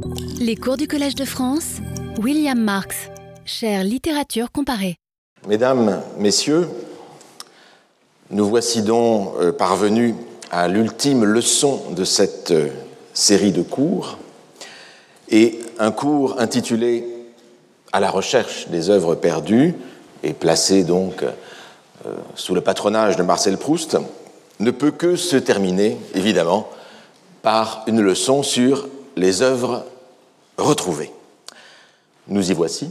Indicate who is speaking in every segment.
Speaker 1: Les cours du Collège de France, William Marx, chère littérature comparée.
Speaker 2: Mesdames, Messieurs, nous voici donc parvenus à l'ultime leçon de cette série de cours, et un cours intitulé « À la recherche des œuvres perdues » et placé donc sous le patronage de Marcel Proust, ne peut que se terminer, évidemment, par une leçon sur les œuvres retrouvées. Nous y voici.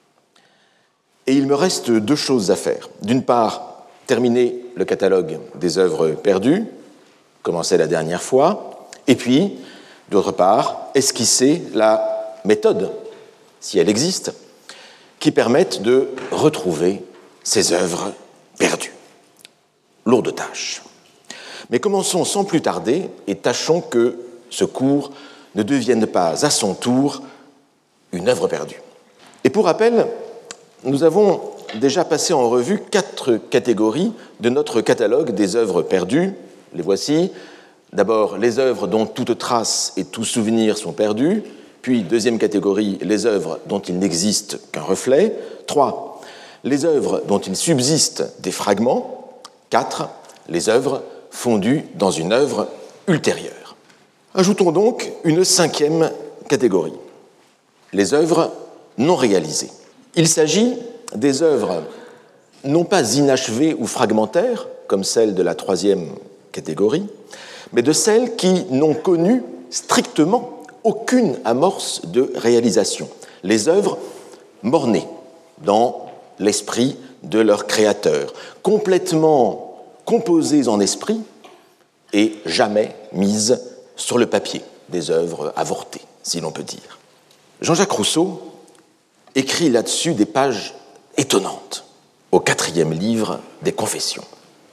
Speaker 2: Et il me reste deux choses à faire. D'une part, terminer le catalogue des œuvres perdues, commencé la dernière fois, et puis, d'autre part, esquisser la méthode, si elle existe, qui permette de retrouver ces œuvres perdues. Lourde tâche. Mais commençons sans plus tarder et tâchons que ce cours ne devienne pas à son tour une œuvre perdue. Et pour rappel, nous avons déjà passé en revue 4 catégories de notre catalogue des œuvres perdues. Les voici. D'abord, les œuvres dont toute trace et tout souvenir sont perdus. Puis, deuxième catégorie, les œuvres dont il n'existe qu'un reflet. 3, les œuvres dont il subsiste des fragments. 4, les œuvres fondues dans une œuvre ultérieure. Ajoutons donc une 5e catégorie, les œuvres non réalisées. Il s'agit des œuvres non pas inachevées ou fragmentaires, comme celles de la 3e catégorie, mais de celles qui n'ont connu strictement aucune amorce de réalisation. Les œuvres mort-nées dans l'esprit de leur créateur, complètement composées en esprit et jamais mises sur le papier, des œuvres avortées, si l'on peut dire. Jean-Jacques Rousseau écrit là-dessus des pages étonnantes au 4e livre des Confessions.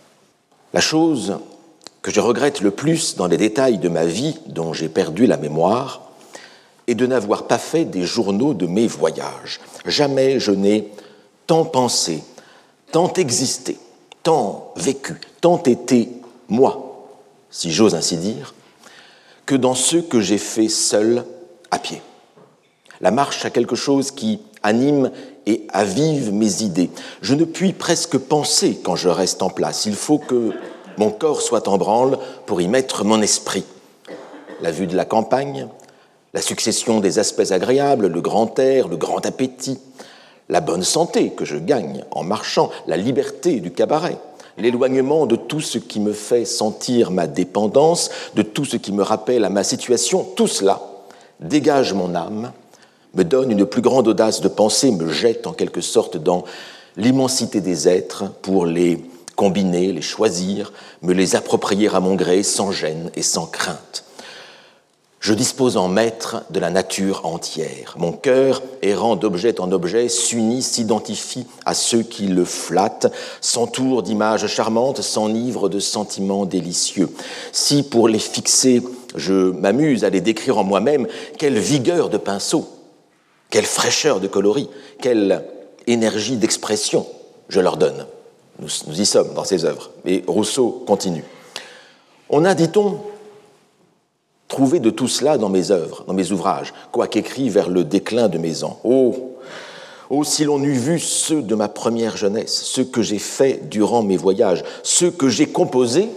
Speaker 2: La chose que je regrette le plus dans les détails de ma vie dont j'ai perdu la mémoire est de n'avoir pas fait des journaux de mes voyages. Jamais je n'ai tant pensé, tant existé, tant vécu, tant été moi, si j'ose ainsi dire, que dans ceux que j'ai faits seul à pied. La marche a quelque chose qui anime et avive mes idées. Je ne puis presque penser quand je reste en place. Il faut que mon corps soit en branle pour y mettre mon esprit. La vue de la campagne, la succession des aspects agréables, le grand air, le grand appétit, la bonne santé que je gagne en marchant, la liberté du cabaret, l'éloignement de tout ce qui me fait sentir ma dépendance, de tout ce qui me rappelle à ma situation, tout cela dégage mon âme, me donne une plus grande audace de pensée, me jette en quelque sorte dans l'immensité des êtres pour les combiner, les choisir, me les approprier à mon gré, sans gêne et sans crainte. Je dispose en maître de la nature entière. Mon cœur, errant d'objet en objet, s'unit, s'identifie à ceux qui le flattent, s'entoure d'images charmantes, s'enivre de sentiments délicieux. Si, pour les fixer, je m'amuse à les décrire en moi-même, quelle vigueur de pinceau, quelle fraîcheur de coloris, quelle énergie d'expression je leur donne. Nous y sommes dans ces œuvres. Et Rousseau continue. On a, dit-on, trouvé de tout cela dans mes œuvres, dans mes ouvrages, quoiqu'écrits vers le déclin de mes ans. Oh, si l'on eût vu ceux de ma première jeunesse, ceux que j'ai faits durant mes voyages, ceux que j'ai composés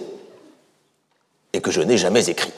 Speaker 2: et que je n'ai jamais écrits.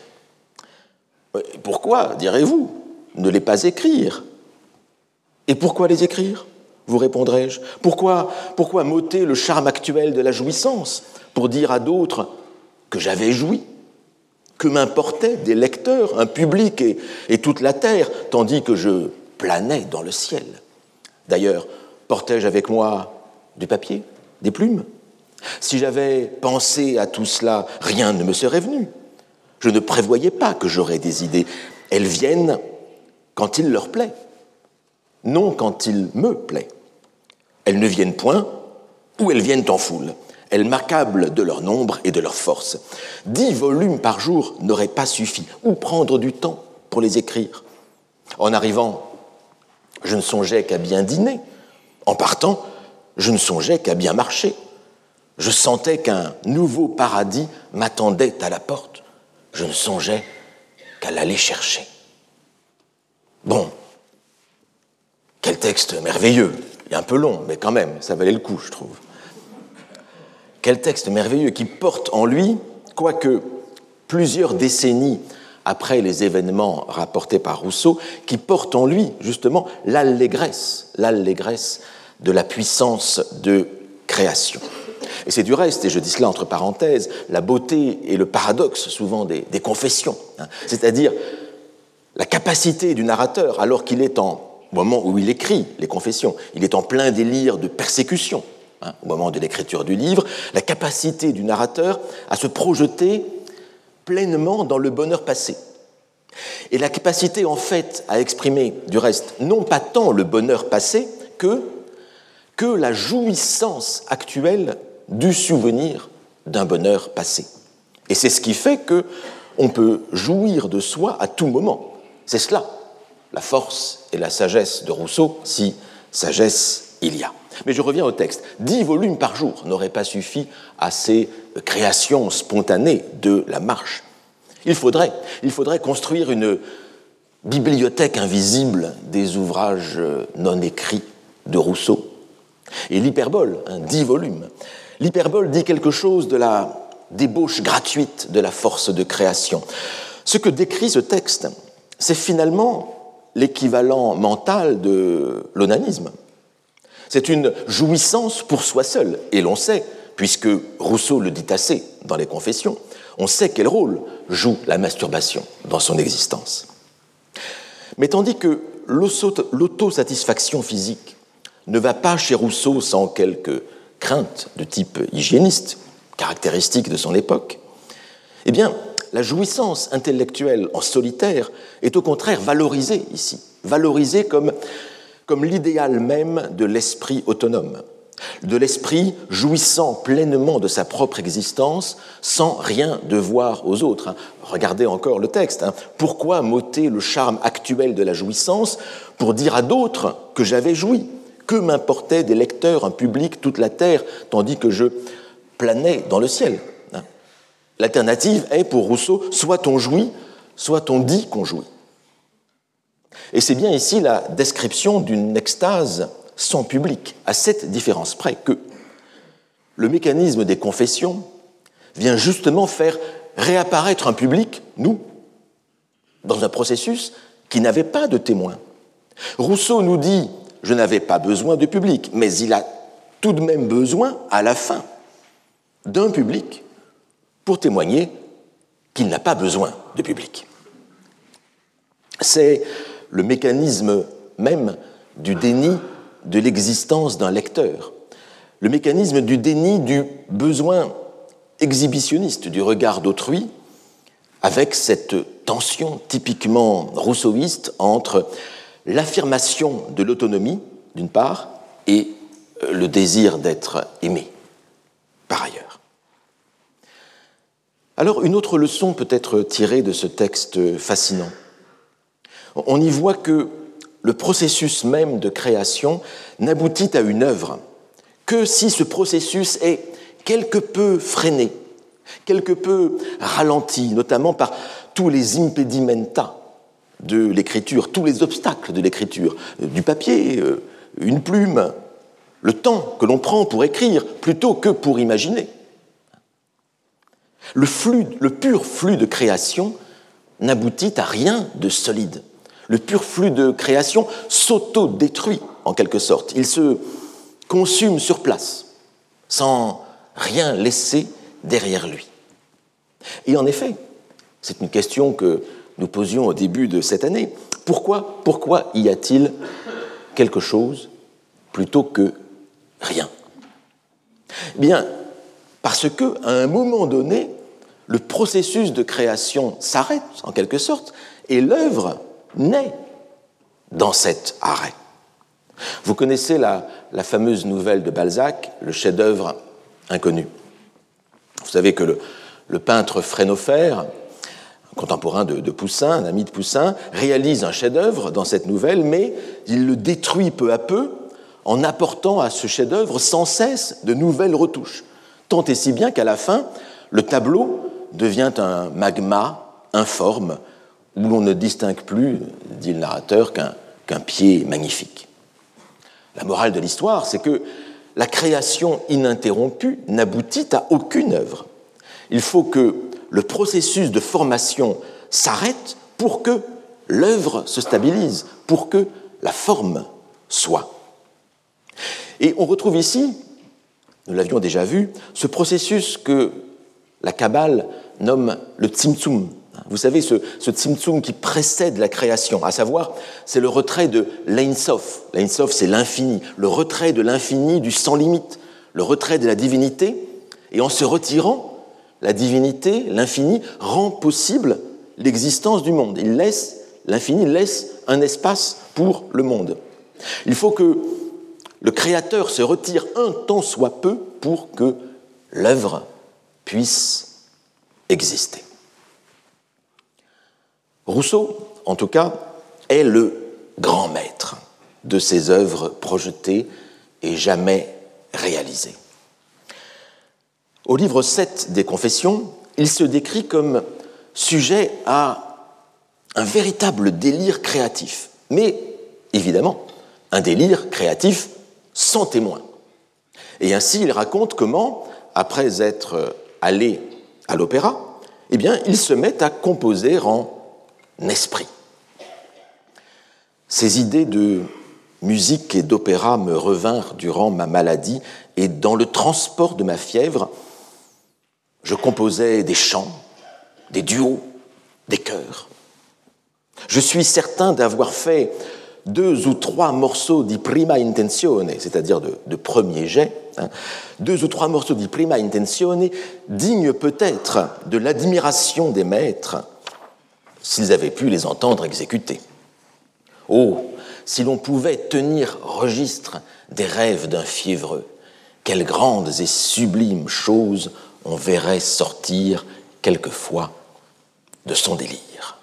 Speaker 2: Pourquoi, direz-vous, ne les pas écrire ? Et pourquoi les écrire ? Vous répondrai-je. Pourquoi m'ôter le charme actuel de la jouissance pour dire à d'autres que j'avais joui ? Que m'importaient des lecteurs, un public et toute la terre, tandis que je planais dans le ciel. D'ailleurs, portais-je avec moi du papier, des plumes ? Si j'avais pensé à tout cela, rien ne me serait venu. Je ne prévoyais pas que j'aurais des idées. Elles viennent quand il leur plaît, non quand il me plaît. Elles ne viennent point ou elles viennent en foule. Elles m'accablent de leur nombre et de leur force. 10 volumes par jour n'auraient pas suffi, ou prendre du temps pour les écrire. En arrivant, je ne songeais qu'à bien dîner. En partant, je ne songeais qu'à bien marcher. Je sentais qu'un nouveau paradis m'attendait à la porte. Je ne songeais qu'à l'aller chercher. Quel texte merveilleux. Il est un peu long, mais quand même, ça valait le coup, je trouve. Quel texte merveilleux qui porte en lui, quoique plusieurs décennies après les événements rapportés par Rousseau, qui porte en lui, justement, l'allégresse de la puissance de création. Et c'est du reste, et je dis cela entre parenthèses, la beauté et le paradoxe souvent des confessions, c'est-à-dire la capacité du narrateur, alors qu'il est au moment où il écrit les confessions, il est en plein délire de persécution, au moment de l'écriture du livre, la capacité du narrateur à se projeter pleinement dans le bonheur passé. Et la capacité, en fait, à exprimer, du reste, non pas tant le bonheur passé que la jouissance actuelle du souvenir d'un bonheur passé. Et c'est ce qui fait qu'on peut jouir de soi à tout moment. C'est cela, la force et la sagesse de Rousseau, si sagesse il y a. Mais je reviens au texte. 10 volumes par jour n'auraient pas suffi à ces créations spontanées de la marche. Il faudrait construire une bibliothèque invisible des ouvrages non écrits de Rousseau. Et l'hyperbole, 10 volumes, l'hyperbole dit quelque chose de la débauche gratuite de la force de création. Ce que décrit ce texte, c'est finalement l'équivalent mental de l'onanisme. C'est une jouissance pour soi seul, et l'on sait, puisque Rousseau le dit assez dans les Confessions, on sait quel rôle joue la masturbation dans son existence. Mais tandis que l'autosatisfaction physique ne va pas chez Rousseau sans quelques craintes de type hygiéniste, caractéristiques de son époque, eh bien, la jouissance intellectuelle en solitaire est au contraire valorisée ici, valorisée comme l'idéal même de l'esprit autonome, de l'esprit jouissant pleinement de sa propre existence sans rien devoir aux autres. Regardez encore le texte. Pourquoi m'ôter le charme actuel de la jouissance pour dire à d'autres que j'avais joui ? Que m'importait des lecteurs, un public, toute la terre, tandis que je planais dans le ciel ? L'alternative est, pour Rousseau, soit on jouit, soit on dit qu'on jouit. Et c'est bien ici la description d'une extase sans public, à cette différence près que le mécanisme des confessions vient justement faire réapparaître un public, nous, dans un processus qui n'avait pas de témoins. Rousseau nous dit « je n'avais pas besoin de public », mais il a tout de même besoin, à la fin, d'un public pour témoigner qu'il n'a pas besoin de public. C'est le mécanisme même du déni de l'existence d'un lecteur, le mécanisme du déni du besoin exhibitionniste du regard d'autrui, avec cette tension typiquement rousseauiste entre l'affirmation de l'autonomie, d'une part, et le désir d'être aimé, par ailleurs. Alors, une autre leçon peut être tirée de ce texte fascinant. On y voit que le processus même de création n'aboutit à une œuvre que si ce processus est quelque peu freiné, quelque peu ralenti, notamment par tous les impedimenta de l'écriture, tous les obstacles de l'écriture, du papier, une plume, le temps que l'on prend pour écrire plutôt que pour imaginer. Le pur flux de création n'aboutit à rien de solide. Le pur flux de création s'auto-détruit, en quelque sorte. Il se consume sur place, sans rien laisser derrière lui. Et en effet, c'est une question que nous posions au début de cette année. Pourquoi y a-t-il quelque chose plutôt que rien ? Bien, parce qu'à un moment donné, le processus de création s'arrête, en quelque sorte, et l'œuvre naît dans cet arrêt. Vous connaissez la fameuse nouvelle de Balzac, le chef-d'œuvre inconnu. Vous savez que le peintre Frénophère, contemporain de Poussin, un ami de Poussin, réalise un chef-d'œuvre dans cette nouvelle, mais il le détruit peu à peu en apportant à ce chef-d'œuvre sans cesse de nouvelles retouches. Tant et si bien qu'à la fin, le tableau devient un magma informe où l'on ne distingue plus, dit le narrateur, qu'un pied magnifique. La morale de l'histoire, c'est que la création ininterrompue n'aboutit à aucune œuvre. Il faut que le processus de formation s'arrête pour que l'œuvre se stabilise, pour que la forme soit. Et on retrouve ici, nous l'avions déjà vu, ce processus que la Kabbale nomme le tzimtzum. Vous savez, ce tzimtzum qui précède la création, à savoir, c'est le retrait de l'Ein Sof. L'Ein Sof, c'est l'infini, le retrait de l'infini, du sans limite, le retrait de la divinité. Et en se retirant, la divinité, l'infini, rend possible l'existence du monde. L'infini laisse un espace pour le monde. Il faut que le Créateur se retire un tant soit peu pour que l'œuvre puisse exister. Rousseau, en tout cas, est le grand maître de ces œuvres projetées et jamais réalisées. Au livre 7 des Confessions, il se décrit comme sujet à un véritable délire créatif, mais évidemment, un délire créatif sans témoin. Et ainsi, il raconte comment, après être allé à l'opéra, eh bien, il se met à composer en esprit. Ces idées de musique et d'opéra me revinrent durant ma maladie et dans le transport de ma fièvre, je composais des chants, des duos, des chœurs. Je suis certain d'avoir fait 2 ou 3 morceaux di prima intenzione, c'est-à-dire de premier jet, 2 ou 3 morceaux di prima intenzione, dignes peut-être de l'admiration des maîtres, s'ils avaient pu les entendre exécuter. Oh, si l'on pouvait tenir registre des rêves d'un fiévreux, quelles grandes et sublimes choses on verrait sortir quelquefois de son délire.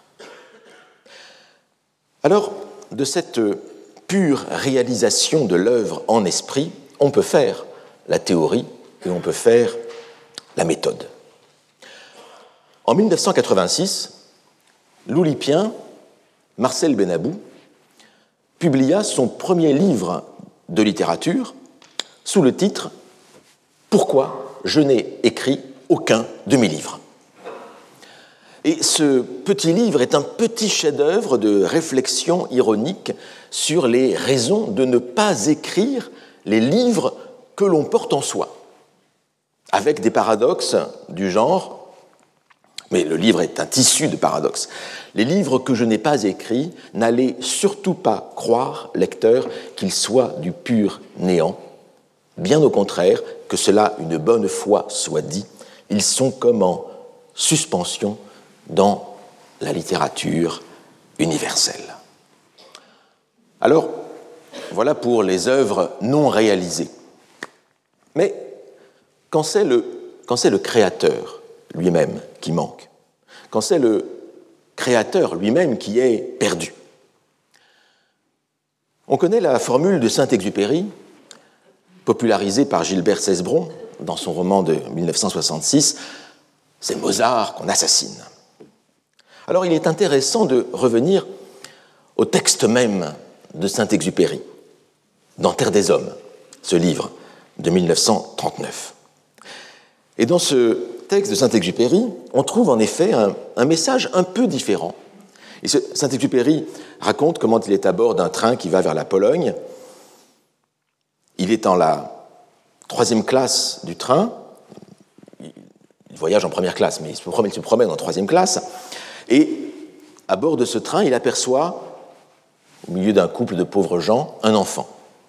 Speaker 2: Alors, de cette pure réalisation de l'œuvre en esprit, on peut faire la théorie et on peut faire la méthode. En 1986, l'oulipien Marcel Benabou publia son premier livre de littérature sous le titre « Pourquoi je n'ai écrit aucun de mes livres ». Et ce petit livre est un petit chef-d'œuvre de réflexion ironique sur les raisons de ne pas écrire les livres que l'on porte en soi, avec des paradoxes du genre, mais le livre est un tissu de paradoxes. Les livres que je n'ai pas écrits, n'allez surtout pas croire, lecteur, qu'ils soient du pur néant. Bien au contraire, que cela une bonne fois soit dit, ils sont comme en suspension dans la littérature universelle. Alors, voilà pour les œuvres non réalisées. Mais quand c'est le créateur lui-même qui manque, quand c'est le créateur lui-même qui est perdu. On connaît la formule de Saint-Exupéry, popularisée par Gilbert Cesbron dans son roman de 1966, « C'est Mozart qu'on assassine ». Alors il est intéressant de revenir au texte même de Saint-Exupéry, dans Terre des Hommes, ce livre de 1939. Et dans ce texte de Saint-Exupéry, on trouve en effet un message un peu différent. Et Saint-Exupéry raconte comment il est à bord d'un train qui va vers la Pologne. Il est en la 3e classe du train. Il voyage en première classe, mais il se promène en 3e classe. Et à bord de ce train, il aperçoit, au milieu d'un couple de pauvres gens, un enfant.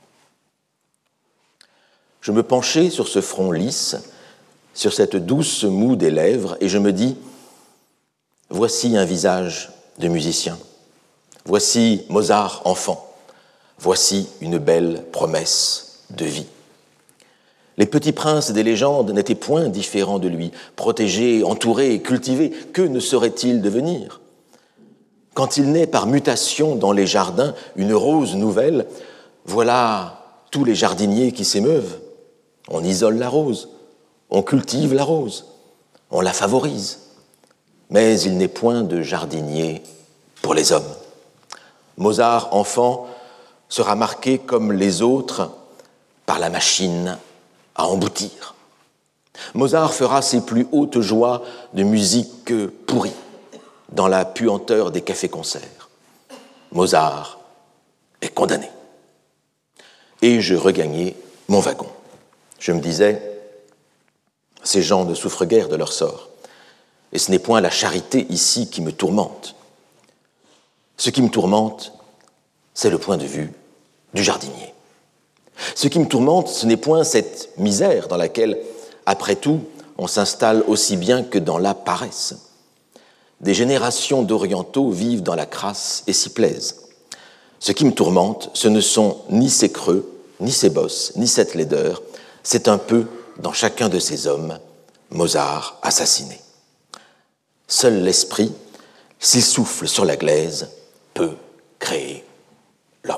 Speaker 2: Je me penchai sur ce front lisse, sur cette douce moue des lèvres, et je me dis, voici un visage de musicien, voici Mozart enfant, voici une belle promesse de vie. Les petits princes des légendes n'étaient point différents de lui, protégés, entourés, cultivés, que ne saurait-il devenir ? Quand il naît par mutation dans les jardins une rose nouvelle, voilà tous les jardiniers qui s'émeuvent. On isole la rose, on cultive la rose, on la favorise. Mais il n'est point de jardinier pour les hommes. Mozart, enfant, sera marqué comme les autres par la machine à emboutir. Mozart fera ses plus hautes joies de musique pourrie dans la puanteur des cafés-concerts. Mozart est condamné. Et je regagnai mon wagon. Je me disais, ces gens ne souffrent guère de leur sort. Et ce n'est point la charité ici qui me tourmente. Ce qui me tourmente, c'est le point de vue du jardinier. Ce qui me tourmente, ce n'est point cette misère dans laquelle, après tout, on s'installe aussi bien que dans la paresse. Des générations d'orientaux vivent dans la crasse et s'y plaisent. Ce qui me tourmente, ce ne sont ni ces creux, ni ces bosses, ni cette laideur. C'est un peu, dans chacun de ces hommes, Mozart assassiné. Seul l'esprit, s'il souffle sur la glaise, peut créer l'homme.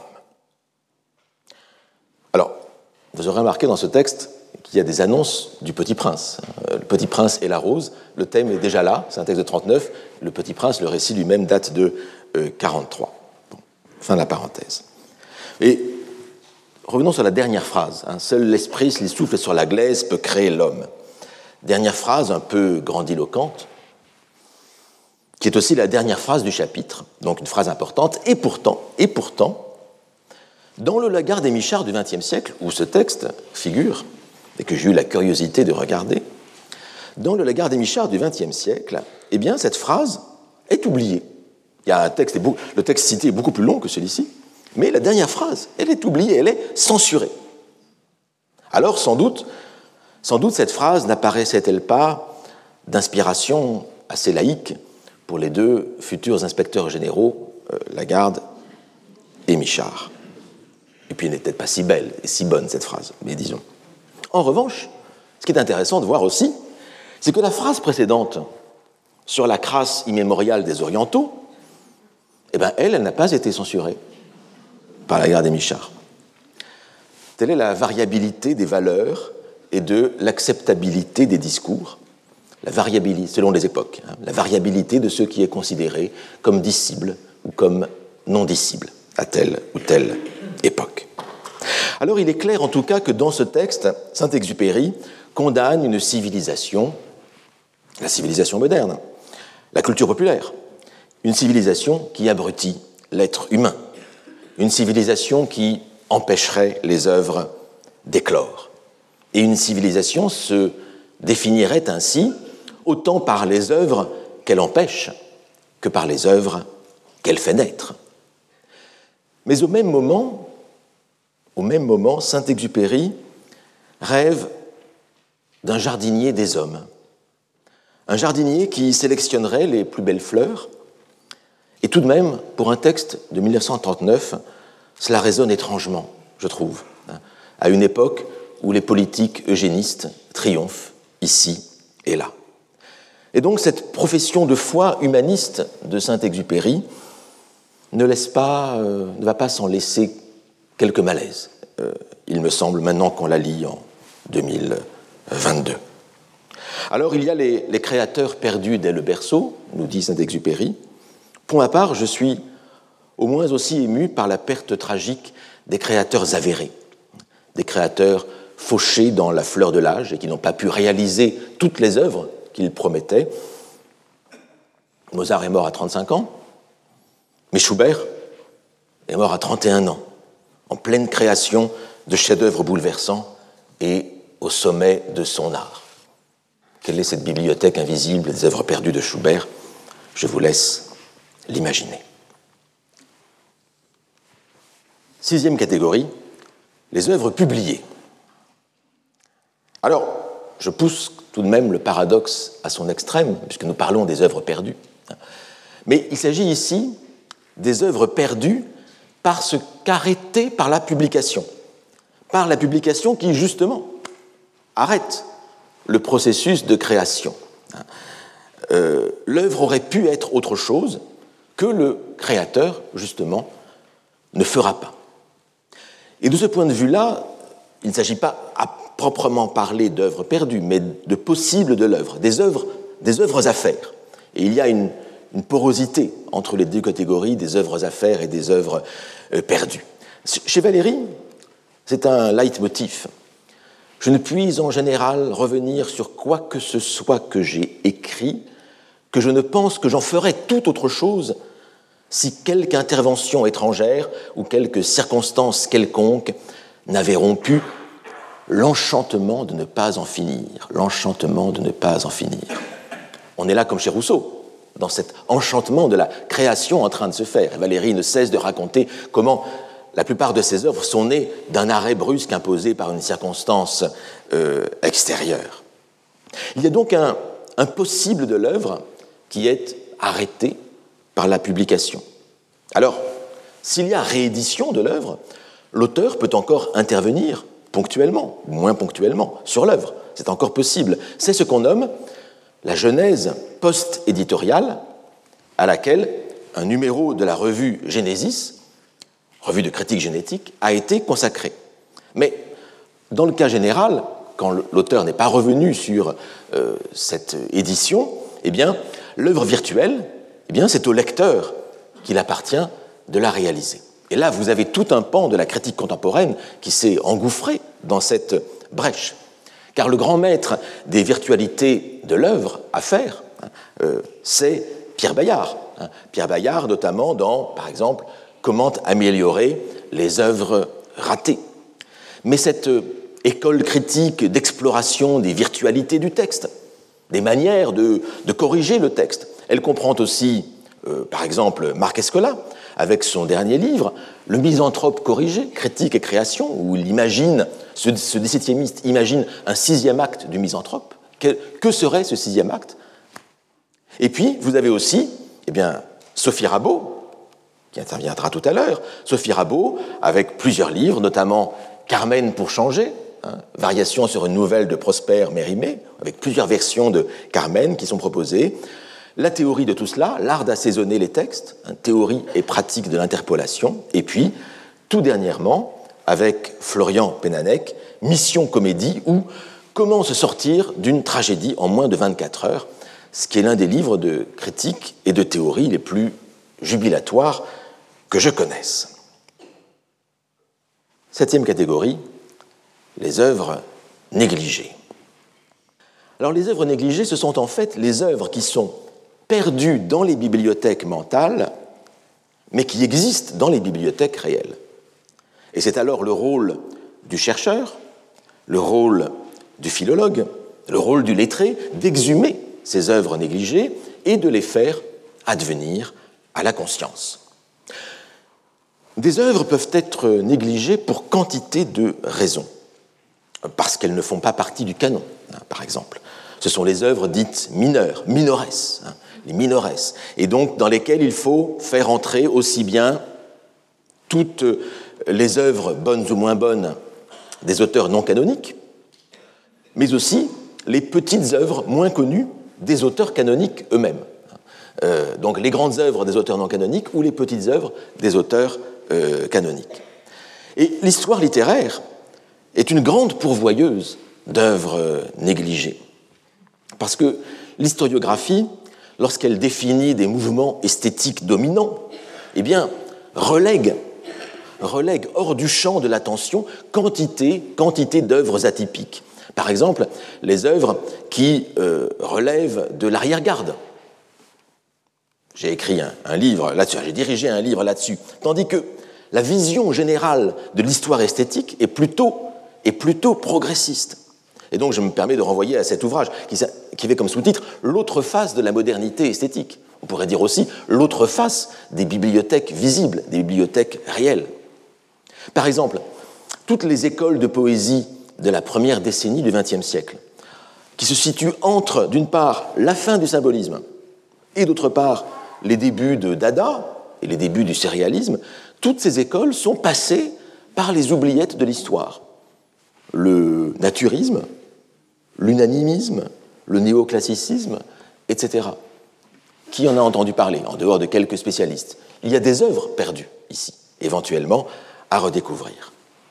Speaker 2: Alors, vous aurez remarqué dans ce texte qu'il y a des annonces du Petit Prince. Le Petit Prince et la rose, le thème est déjà là, c'est un texte de 39. Le Petit Prince, le récit lui-même date de 43. Bon, fin de la parenthèse. Et revenons sur la dernière phrase. Seul l'esprit, s'il souffle sur la glaise, peut créer l'homme. Dernière phrase un peu grandiloquente, qui est aussi la dernière phrase du chapitre, donc une phrase importante, et pourtant, dans le Lagarde et Michard du XXe siècle, où ce texte figure, et que j'ai eu la curiosité de regarder, dans le Lagarde et Michard du XXe siècle, eh bien, cette phrase est oubliée. Il y a un texte, le texte cité est beaucoup plus long que celui-ci, mais la dernière phrase, elle est oubliée, elle est censurée. Alors, sans doute cette phrase n'apparaissait-elle pas d'inspiration assez laïque pour les deux futurs inspecteurs généraux, Lagarde et Michard. Et puis elle n'est peut-être pas si belle et si bonne, cette phrase, mais disons. En revanche, ce qui est intéressant de voir aussi, c'est que la phrase précédente sur la crasse immémoriale des Orientaux, eh bien, elle n'a pas été censurée par Lagarde et Michard. Telle est la variabilité des valeurs et de l'acceptabilité des discours, la variabilité, selon les époques, la variabilité de ce qui est considéré comme disciple ou comme non disciple à telle ou telle époque. Alors il est clair en tout cas que dans ce texte, Saint-Exupéry condamne une civilisation, la civilisation moderne, la culture populaire, une civilisation qui abrutit l'être humain, une civilisation qui empêcherait les œuvres d'éclore. Et une civilisation se définirait ainsi autant par les œuvres qu'elle empêche que par les œuvres qu'elle fait naître. Mais au même moment, Saint-Exupéry rêve d'un jardinier des hommes, un jardinier qui sélectionnerait les plus belles fleurs. Et tout de même, pour un texte de 1939, cela résonne étrangement, je trouve, à une époque où les politiques eugénistes triomphent ici et là. Et donc cette profession de foi humaniste de Saint-Exupéry ne va pas s'en laisser quelques malaises, il me semble, maintenant qu'on la lit en 2022. Alors il y a les créateurs perdus dès le berceau, nous dit Saint-Exupéry. Pour ma part, je suis au moins aussi ému par la perte tragique des créateurs avérés, des créateurs fauchés dans la fleur de l'âge et qui n'ont pas pu réaliser toutes les œuvres qu'ils promettaient. Mozart est mort à 35 ans, mais Schubert est mort à 31 ans, en pleine création de chefs-d'œuvre bouleversants et au sommet de son art. Quelle est cette bibliothèque invisible des œuvres perdues de Schubert ? Je vous laisse l'imaginer. Sixième catégorie, les œuvres publiées. Alors, je pousse tout de même le paradoxe à son extrême, puisque nous parlons des œuvres perdues. Mais il s'agit ici des œuvres perdues parce qu'arrêtées par la publication qui, justement, arrête le processus de création. L'œuvre aurait pu être autre chose que le créateur, justement, ne fera pas. Et de ce point de vue-là, il ne s'agit pas à proprement parler d'œuvres perdues, mais de possibles de l'œuvre, des œuvres à faire. Et il y a une porosité entre les deux catégories des œuvres à faire et des œuvres perdues. Chez Valéry, c'est un leitmotiv. Je ne puis en général revenir sur quoi que ce soit que j'ai écrit, que je ne pense que j'en ferais tout autre chose si quelque intervention étrangère ou quelque circonstance quelconque n'avait rompu l'enchantement de ne pas en finir. L'enchantement de ne pas en finir. On est là comme chez Rousseau, dans cet enchantement de la création en train de se faire. Et Valéry ne cesse de raconter comment la plupart de ses œuvres sont nées d'un arrêt brusque imposé par une circonstance extérieure. Il y a donc un possible de l'œuvre qui est arrêté par la publication. Alors, s'il y a réédition de l'œuvre, l'auteur peut encore intervenir ponctuellement, ou moins ponctuellement, sur l'œuvre. C'est encore possible. C'est ce qu'on nomme la genèse post-éditoriale, à laquelle un numéro de la revue Genesis, revue de critique génétique, a été consacré. Mais dans le cas général, quand l'auteur n'est pas revenu sur cette édition, eh bien, l'œuvre virtuelle, eh bien, c'est au lecteur qu'il appartient de la réaliser. Et là, vous avez tout un pan de la critique contemporaine qui s'est engouffré dans cette brèche. Car le grand maître des virtualités de l'œuvre à faire, c'est Pierre Bayard. Pierre Bayard, notamment dans, par exemple, Comment améliorer les œuvres ratées. Mais cette école critique d'exploration des virtualités du texte, des manières de corriger le texte, elle comprend aussi, par exemple, Marc Escola, avec son dernier livre, Le misanthrope corrigé, critique et création, où il imagine, ce 17e imagine un 6e acte du misanthrope. Que serait ce 6e acte? Et puis, vous avez aussi Sophie Rabault, qui interviendra tout à l'heure, Sophie Rabault, avec plusieurs livres, notamment Carmen pour changer, variation sur une nouvelle de Prosper Mérimée, avec plusieurs versions de Carmen qui sont proposées. La théorie de tout cela, l'art d'assaisonner les textes, théorie et pratique de l'interpolation, et puis, tout dernièrement, avec Florian Pénanec, Mission comédie, ou Comment se sortir d'une tragédie en moins de 24 heures, ce qui est l'un des livres de critique et de théorie les plus jubilatoires que je connaisse. 7e catégorie, les œuvres négligées. Alors, les œuvres négligées, ce sont en fait les œuvres qui sont perdues dans les bibliothèques mentales, mais qui existent dans les bibliothèques réelles. Et c'est alors le rôle du chercheur, le rôle du philologue, le rôle du lettré d'exhumer ces œuvres négligées et de les faire advenir à la conscience. Des œuvres peuvent être négligées pour quantité de raisons, parce qu'elles ne font pas partie du canon, par exemple. Ce sont les œuvres dites mineures, minores, les minores, et donc dans lesquelles il faut faire entrer aussi bien toutes les œuvres bonnes ou moins bonnes des auteurs non canoniques, mais aussi les petites œuvres moins connues des auteurs canoniques eux-mêmes. Donc les grandes œuvres des auteurs non canoniques ou les petites œuvres des auteurs canoniques. Et l'histoire littéraire est une grande pourvoyeuse d'œuvres négligées. Parce que l'historiographie, lorsqu'elle définit des mouvements esthétiques dominants, eh bien, relègue hors du champ de l'attention quantité d'œuvres atypiques. Par exemple, les œuvres qui relèvent de l'arrière-garde. J'ai écrit un livre là-dessus, j'ai dirigé un livre là-dessus, tandis que la vision générale de l'histoire esthétique est plutôt progressiste. Et donc je me permets de renvoyer à cet ouvrage qui avait comme sous-titre « L'autre face de la modernité esthétique ». On pourrait dire aussi « L'autre face des bibliothèques visibles, des bibliothèques réelles ». Par exemple, toutes les écoles de poésie de la première décennie du XXe siècle, qui se situent entre, d'une part, la fin du symbolisme et, d'autre part, les débuts de Dada et les débuts du surréalisme, toutes ces écoles sont passées par les oubliettes de l'histoire. Le naturisme, l'unanimisme, le néoclassicisme, etc. Qui en a entendu parler, en dehors de quelques spécialistes? Il y a des œuvres perdues ici, éventuellement à redécouvrir.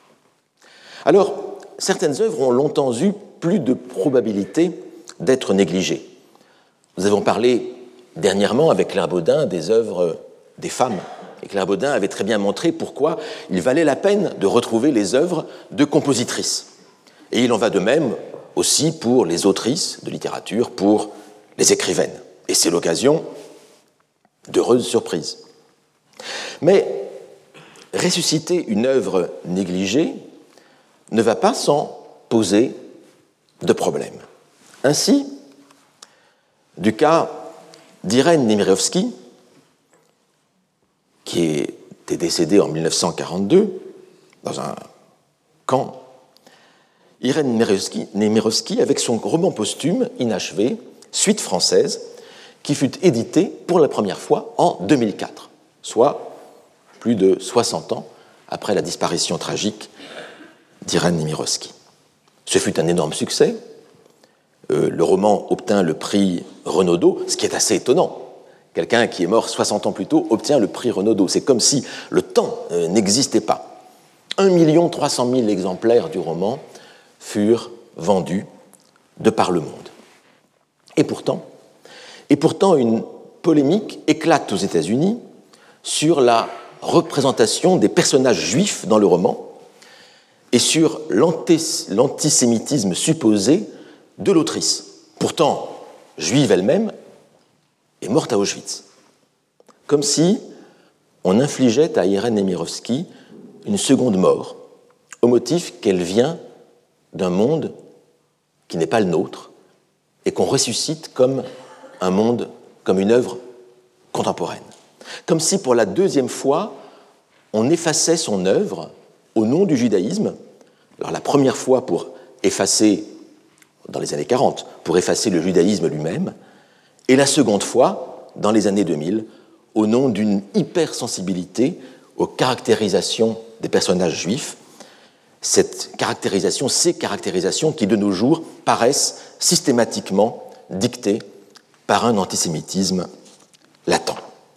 Speaker 2: Alors, certaines œuvres ont longtemps eu plus de probabilité d'être négligées. Nous avons parlé dernièrement avec Claire Baudin des œuvres des femmes et Claire Baudin avait très bien montré pourquoi il valait la peine de retrouver les œuvres de compositrices. Et il en va de même aussi pour les autrices de littérature, pour les écrivaines. Et c'est l'occasion d'heureuses surprises. Mais ressusciter une œuvre négligée ne va pas sans poser de problèmes. Ainsi, du cas d'Irène Nemirovsky, qui était décédée en 1942 dans un camp, Irène Nemirovsky avec son roman posthume inachevé, Suite française, qui fut édité pour la première fois en 2004, soit plus de 60 ans après la disparition tragique d'Irène Nemirovsky. Ce fut un énorme succès. Le roman obtint le prix Renaudot, ce qui est assez étonnant. Quelqu'un qui est mort 60 ans plus tôt obtient le prix Renaudot. C'est comme si le temps n'existait pas. 1 300 000 exemplaires du roman furent vendus de par le monde. Et pourtant, une polémique éclate aux États-Unis sur la représentation des personnages juifs dans le roman et sur l'antisémitisme supposé de l'autrice, pourtant juive elle-même, est morte à Auschwitz. Comme si on infligeait à Irène Nemirovsky une seconde mort, au motif qu'elle vient d'un monde qui n'est pas le nôtre et qu'on ressuscite comme un monde, comme une œuvre contemporaine. Comme si pour la deuxième fois, on effaçait son œuvre au nom du judaïsme. Alors la première fois pour effacer, dans les années 40, pour effacer le judaïsme lui-même, et la seconde fois, dans les années 2000, au nom d'une hypersensibilité aux caractérisations des personnages juifs, ces caractérisations qui, de nos jours, paraissent systématiquement dictées par un antisémitisme latent.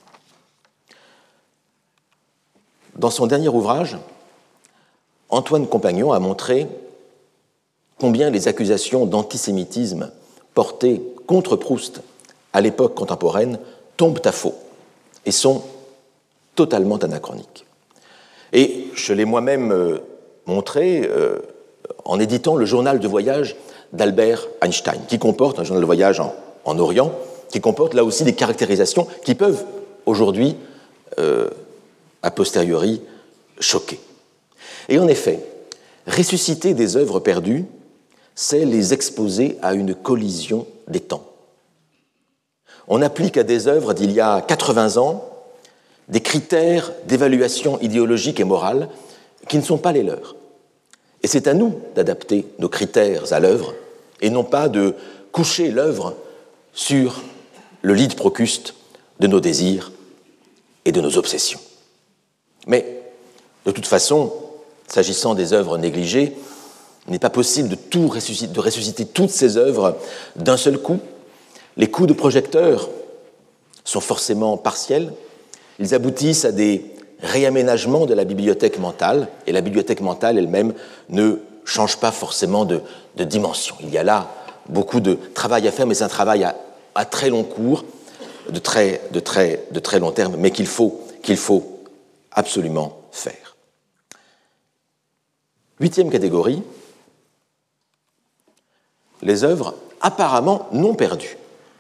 Speaker 2: Dans son dernier ouvrage, Antoine Compagnon a montré combien les accusations d'antisémitisme portées contre Proust à l'époque contemporaine tombent à faux et sont totalement anachroniques. Et je l'ai moi-même montré en éditant le journal de voyage d'Albert Einstein, qui comporte un journal de voyage en Orient, qui comporte là aussi des caractérisations qui peuvent aujourd'hui, a posteriori, choquer. Et en effet, ressusciter des œuvres perdues, c'est les exposer à une collision des temps. On applique à des œuvres d'il y a 80 ans des critères d'évaluation idéologique et morale qui ne sont pas les leurs. Et c'est à nous d'adapter nos critères à l'œuvre et non pas de coucher l'œuvre sur le lit de Procuste de nos désirs et de nos obsessions. Mais, de toute façon, s'agissant des œuvres négligées, il n'est pas possible de ressusciter toutes ces œuvres d'un seul coup. Les coups de projecteur sont forcément partiels. Ils aboutissent à des réaménagements de la bibliothèque mentale, et la bibliothèque mentale elle-même ne change pas forcément de dimension. Il y a là beaucoup de travail à faire, mais c'est un travail à très long cours, de très long terme, mais qu'il faut absolument faire. 8e catégorie, les œuvres apparemment non perdues.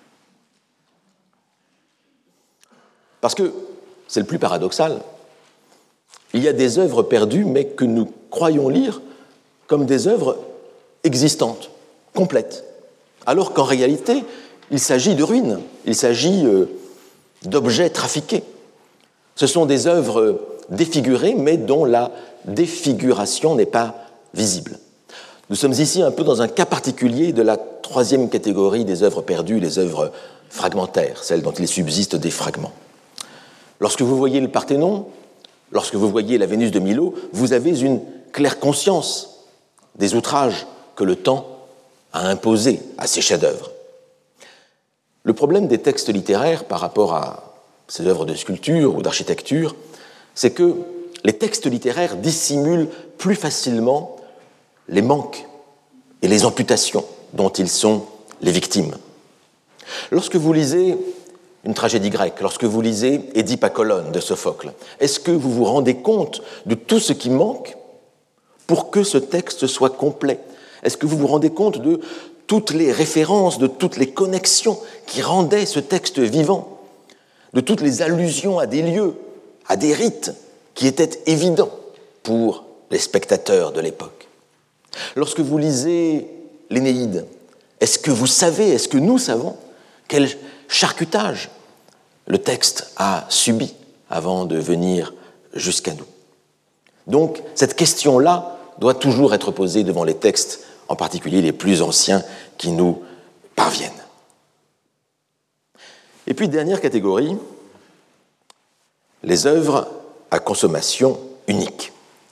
Speaker 2: Parce que, c'est le plus paradoxal, il y a des œuvres perdues, mais que nous croyons lire comme des œuvres existantes, complètes, alors qu'en réalité, il s'agit de ruines, il s'agit d'objets trafiqués. Ce sont des œuvres défigurées, mais dont la défiguration n'est pas visible. Nous sommes ici un peu dans un cas particulier de la 3e catégorie des œuvres perdues, les œuvres fragmentaires, celles dont il subsiste des fragments. Lorsque vous voyez le Parthénon, lorsque vous voyez la Vénus de Milo, vous avez une claire conscience des outrages que le temps a imposés à ces chefs-d'œuvre. Le problème des textes littéraires par rapport à ces œuvres de sculpture ou d'architecture, c'est que les textes littéraires dissimulent plus facilement les manques et les amputations dont ils sont les victimes. Lorsque vous lisez une tragédie grecque, lorsque vous lisez Édipe à Colonne de Sophocle, est-ce que vous vous rendez compte de tout ce qui manque pour que ce texte soit complet? Est-ce que vous vous rendez compte de toutes les références, de toutes les connexions qui rendaient ce texte vivant, de toutes les allusions à des lieux, à des rites qui étaient évidents pour les spectateurs de l'époque? Lorsque vous lisez l'Énéide, est-ce que vous savez, est-ce que nous savons quel charcutage le texte a subi avant de venir jusqu'à nous? Donc, cette question-là doit toujours être posée devant les textes, en particulier les plus anciens qui nous parviennent. Et puis, dernière catégorie, les œuvres à consommation unique.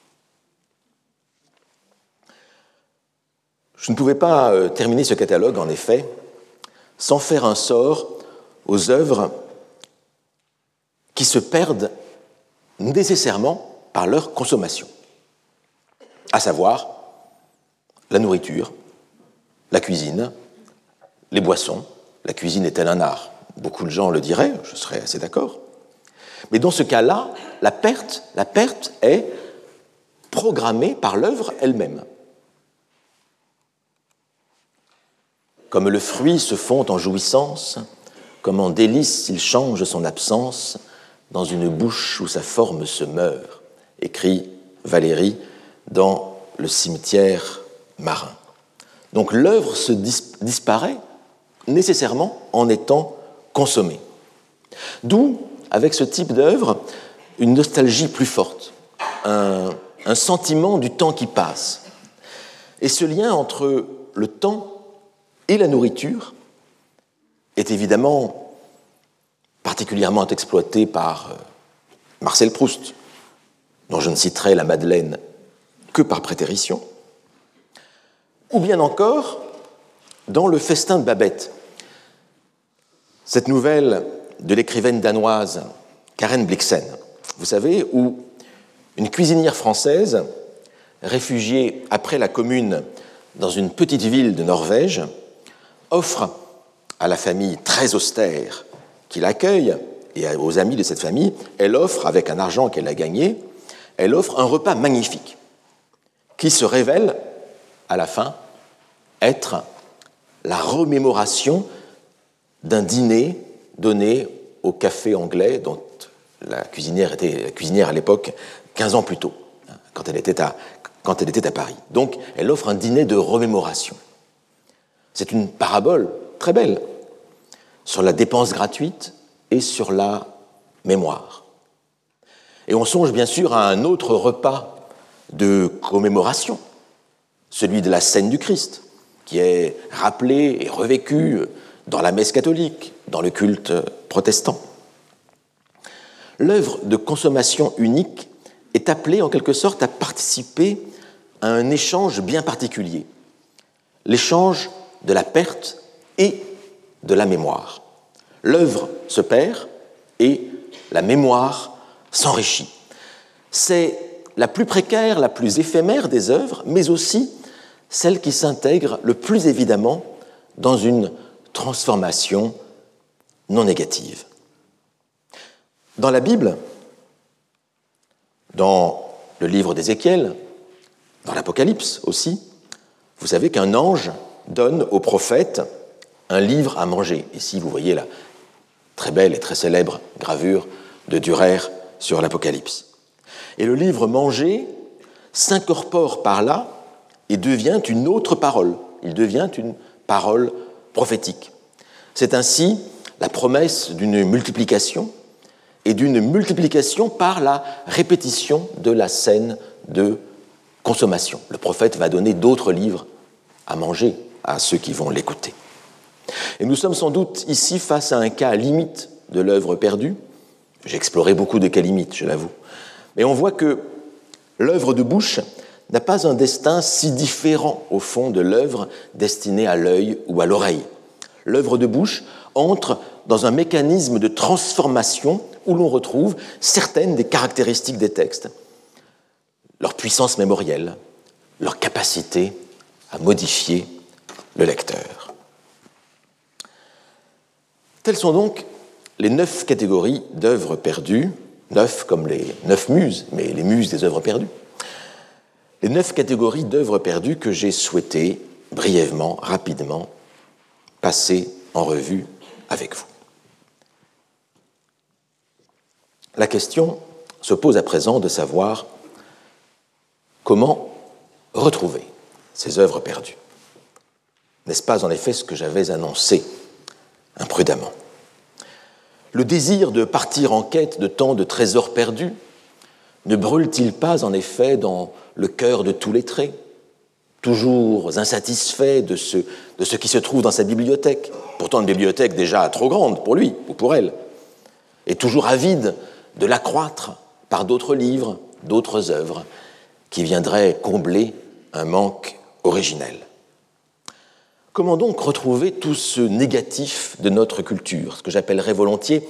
Speaker 2: Je ne pouvais pas terminer ce catalogue, en effet, sans faire un sort aux œuvres qui se perdent nécessairement par leur consommation, à savoir la nourriture, la cuisine, les boissons. La cuisine est-elle un art? Beaucoup de gens le diraient, je serais assez d'accord. Mais dans ce cas-là, la perte est programmée par l'œuvre elle-même. Comme le fruit se fond en jouissance, comme en délice il change son absence, dans une bouche où sa forme se meurt, écrit Valéry dans Le cimetière marin. Donc l'œuvre se disparaît nécessairement en étant consommée. D'où, avec ce type d'œuvre, une nostalgie plus forte, un sentiment du temps qui passe. Et ce lien entre le temps et la nourriture est évidemment particulièrement exploité par Marcel Proust, dont je ne citerai la Madeleine que par prétérition, ou bien encore dans Le Festin de Babette, cette nouvelle de l'écrivaine danoise Karen Blixen, vous savez, où une cuisinière française, réfugiée après la Commune dans une petite ville de Norvège, offre à la famille très austère qui l'accueille et aux amis de cette famille, elle offre, avec un argent qu'elle a gagné, elle offre un repas magnifique qui se révèle, à la fin, être la remémoration d'un dîner donné au café anglais dont la cuisinière était cuisinière à l'époque, 15 ans plus tôt, quand elle était à Paris. Donc, elle offre un dîner de remémoration. C'est une parabole très belle sur la dépense gratuite et sur la mémoire. Et on songe bien sûr à un autre repas de commémoration, celui de la scène du Christ, qui est rappelé et revécu dans la messe catholique, dans le culte protestant. L'œuvre de consommation unique est appelée en quelque sorte à participer à un échange bien particulier, l'échange de la perte et de la mémoire. L'œuvre se perd et la mémoire s'enrichit. C'est la plus précaire, la plus éphémère des œuvres, mais aussi celle qui s'intègre le plus évidemment dans une transformation non négative. Dans la Bible, dans le livre d'Ézéchiel, dans l'Apocalypse aussi, vous savez qu'un ange donne au prophète un livre à manger. Ici, vous voyez la très belle et très célèbre gravure de Dürer sur l'Apocalypse. Et le livre mangé s'incorpore par là et devient une autre parole. Il devient une parole prophétique. C'est ainsi la promesse d'une multiplication et d'une multiplication par la répétition de la scène de consommation. Le prophète va donner d'autres livres à manger à ceux qui vont l'écouter. Et nous sommes sans doute ici face à un cas limite de l'œuvre perdue. J'ai exploré beaucoup de cas limites, je l'avoue. Mais on voit que l'œuvre de bouche n'a pas un destin si différent, au fond, de l'œuvre destinée à l'œil ou à l'oreille. L'œuvre de bouche entre dans un mécanisme de transformation où l'on retrouve certaines des caractéristiques des textes, leur puissance mémorielle, leur capacité à modifier le lecteur. Telles sont donc les 9 catégories d'œuvres perdues, 9 comme les 9 muses, mais les muses des œuvres perdues, les 9 catégories d'œuvres perdues que j'ai souhaité brièvement, rapidement, passer en revue avec vous. La question se pose à présent de savoir comment retrouver ces œuvres perdues. N'est-ce pas en effet ce que j'avais annoncé imprudemment? Le désir de partir en quête de tant de trésors perdus ne brûle-t-il pas en effet dans le cœur de tout lettré, toujours insatisfait de ce qui se trouve dans sa bibliothèque, pourtant une bibliothèque déjà trop grande pour lui ou pour elle, et toujours avide de l'accroître par d'autres livres, d'autres œuvres qui viendraient combler un manque originel. Comment donc retrouver tout ce négatif de notre culture, ce que j'appellerais volontiers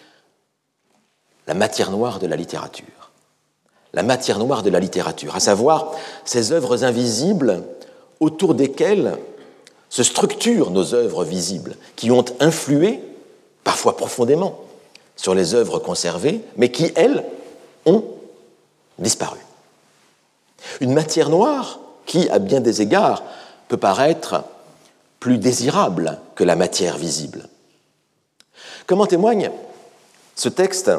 Speaker 2: la matière noire de la littérature? La matière noire de la littérature, à savoir ces œuvres invisibles autour desquelles se structurent nos œuvres visibles, qui ont influé, parfois profondément, sur les œuvres conservées, mais qui, elles, ont disparu. Une matière noire qui, à bien des égards, peut paraître plus désirable que la matière visible. Comme en témoigne ce texte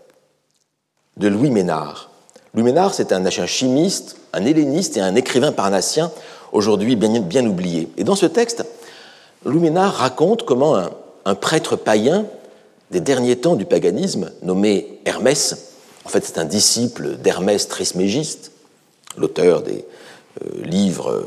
Speaker 2: de Louis Ménard. Louis Ménard, c'est un chimiste, un helléniste et un écrivain parnassien, aujourd'hui bien oublié. Et dans ce texte, Louis Ménard raconte comment un prêtre païen des derniers temps du paganisme, nommé Hermès, en fait c'est un disciple d'Hermès Trismégiste, l'auteur des livres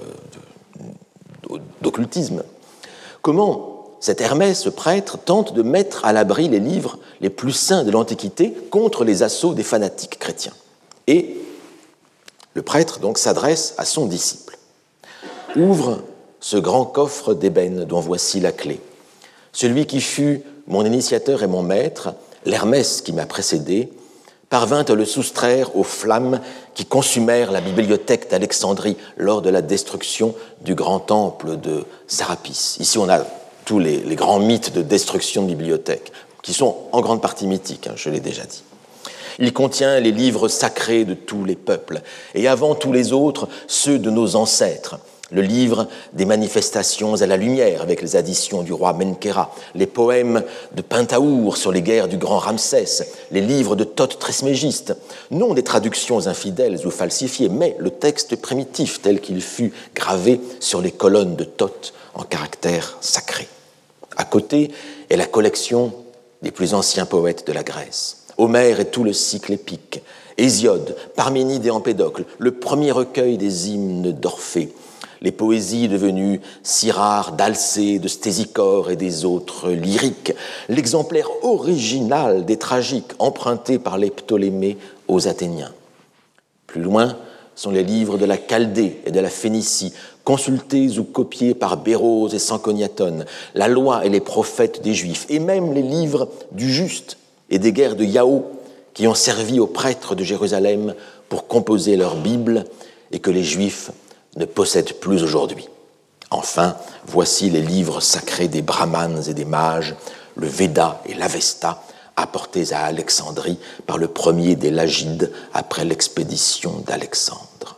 Speaker 2: d'occultisme, comment cet Hermès, ce prêtre, tente de mettre à l'abri les livres les plus saints de l'Antiquité contre les assauts des fanatiques chrétiens. Et le prêtre donc s'adresse à son disciple. « Ouvre ce grand coffre d'ébène dont voici la clé. Celui qui fut mon initiateur et mon maître, l'Hermès qui m'a précédé, parvint à le soustraire aux flammes qui consumèrent la bibliothèque d'Alexandrie lors de la destruction du grand temple de Sarapis. » Ici, on a tous les grands mythes de destruction de bibliothèques, qui sont en grande partie mythiques, je l'ai déjà dit. Il contient les livres sacrés de tous les peuples, et avant tous les autres, ceux de nos ancêtres. Le livre des manifestations à la lumière, avec les additions du roi Menkhéra, les poèmes de Pentaour sur les guerres du grand Ramsès, les livres de Thoth Trismégiste, non des traductions infidèles ou falsifiées, mais le texte primitif tel qu'il fut gravé sur les colonnes de Thoth en caractères sacrés. À côté est la collection des plus anciens poètes de la Grèce. Homère et tout le cycle épique, Hésiode, Parménide et Empédocle, le premier recueil des hymnes d'Orphée, les poésies devenues si rares d'Alcée, de Stésichore et des autres lyriques, l'exemplaire original des tragiques empruntés par les Ptolémées aux Athéniens. Plus loin sont les livres de la Chaldée et de la Phénicie, consultés ou copiés par Bérose et Sanconiathone, la loi et les prophètes des Juifs, et même les livres du Juste et des guerres de Yao qui ont servi aux prêtres de Jérusalem pour composer leur Bible et que les Juifs ne possèdent plus aujourd'hui. Enfin, voici les livres sacrés des brahmanes et des mages, le Veda et l'Avesta, apportés à Alexandrie par le premier des Lagides après l'expédition d'Alexandre.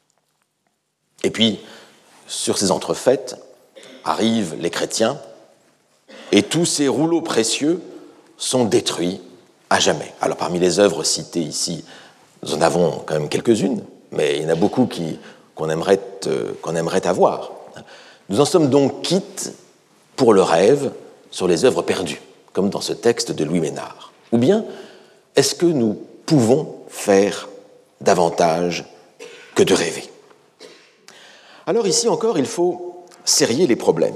Speaker 2: Et puis, sur ces entrefaites, arrivent les chrétiens et tous ces rouleaux précieux sont détruits à jamais. Alors, parmi les œuvres citées ici, nous en avons quand même quelques-unes, mais il y en a beaucoup qu'on aimerait avoir. Nous en sommes donc quittes pour le rêve sur les œuvres perdues, comme dans ce texte de Louis Ménard. Ou bien, est-ce que nous pouvons faire davantage que de rêver? Alors ici encore, il faut sérier les problèmes.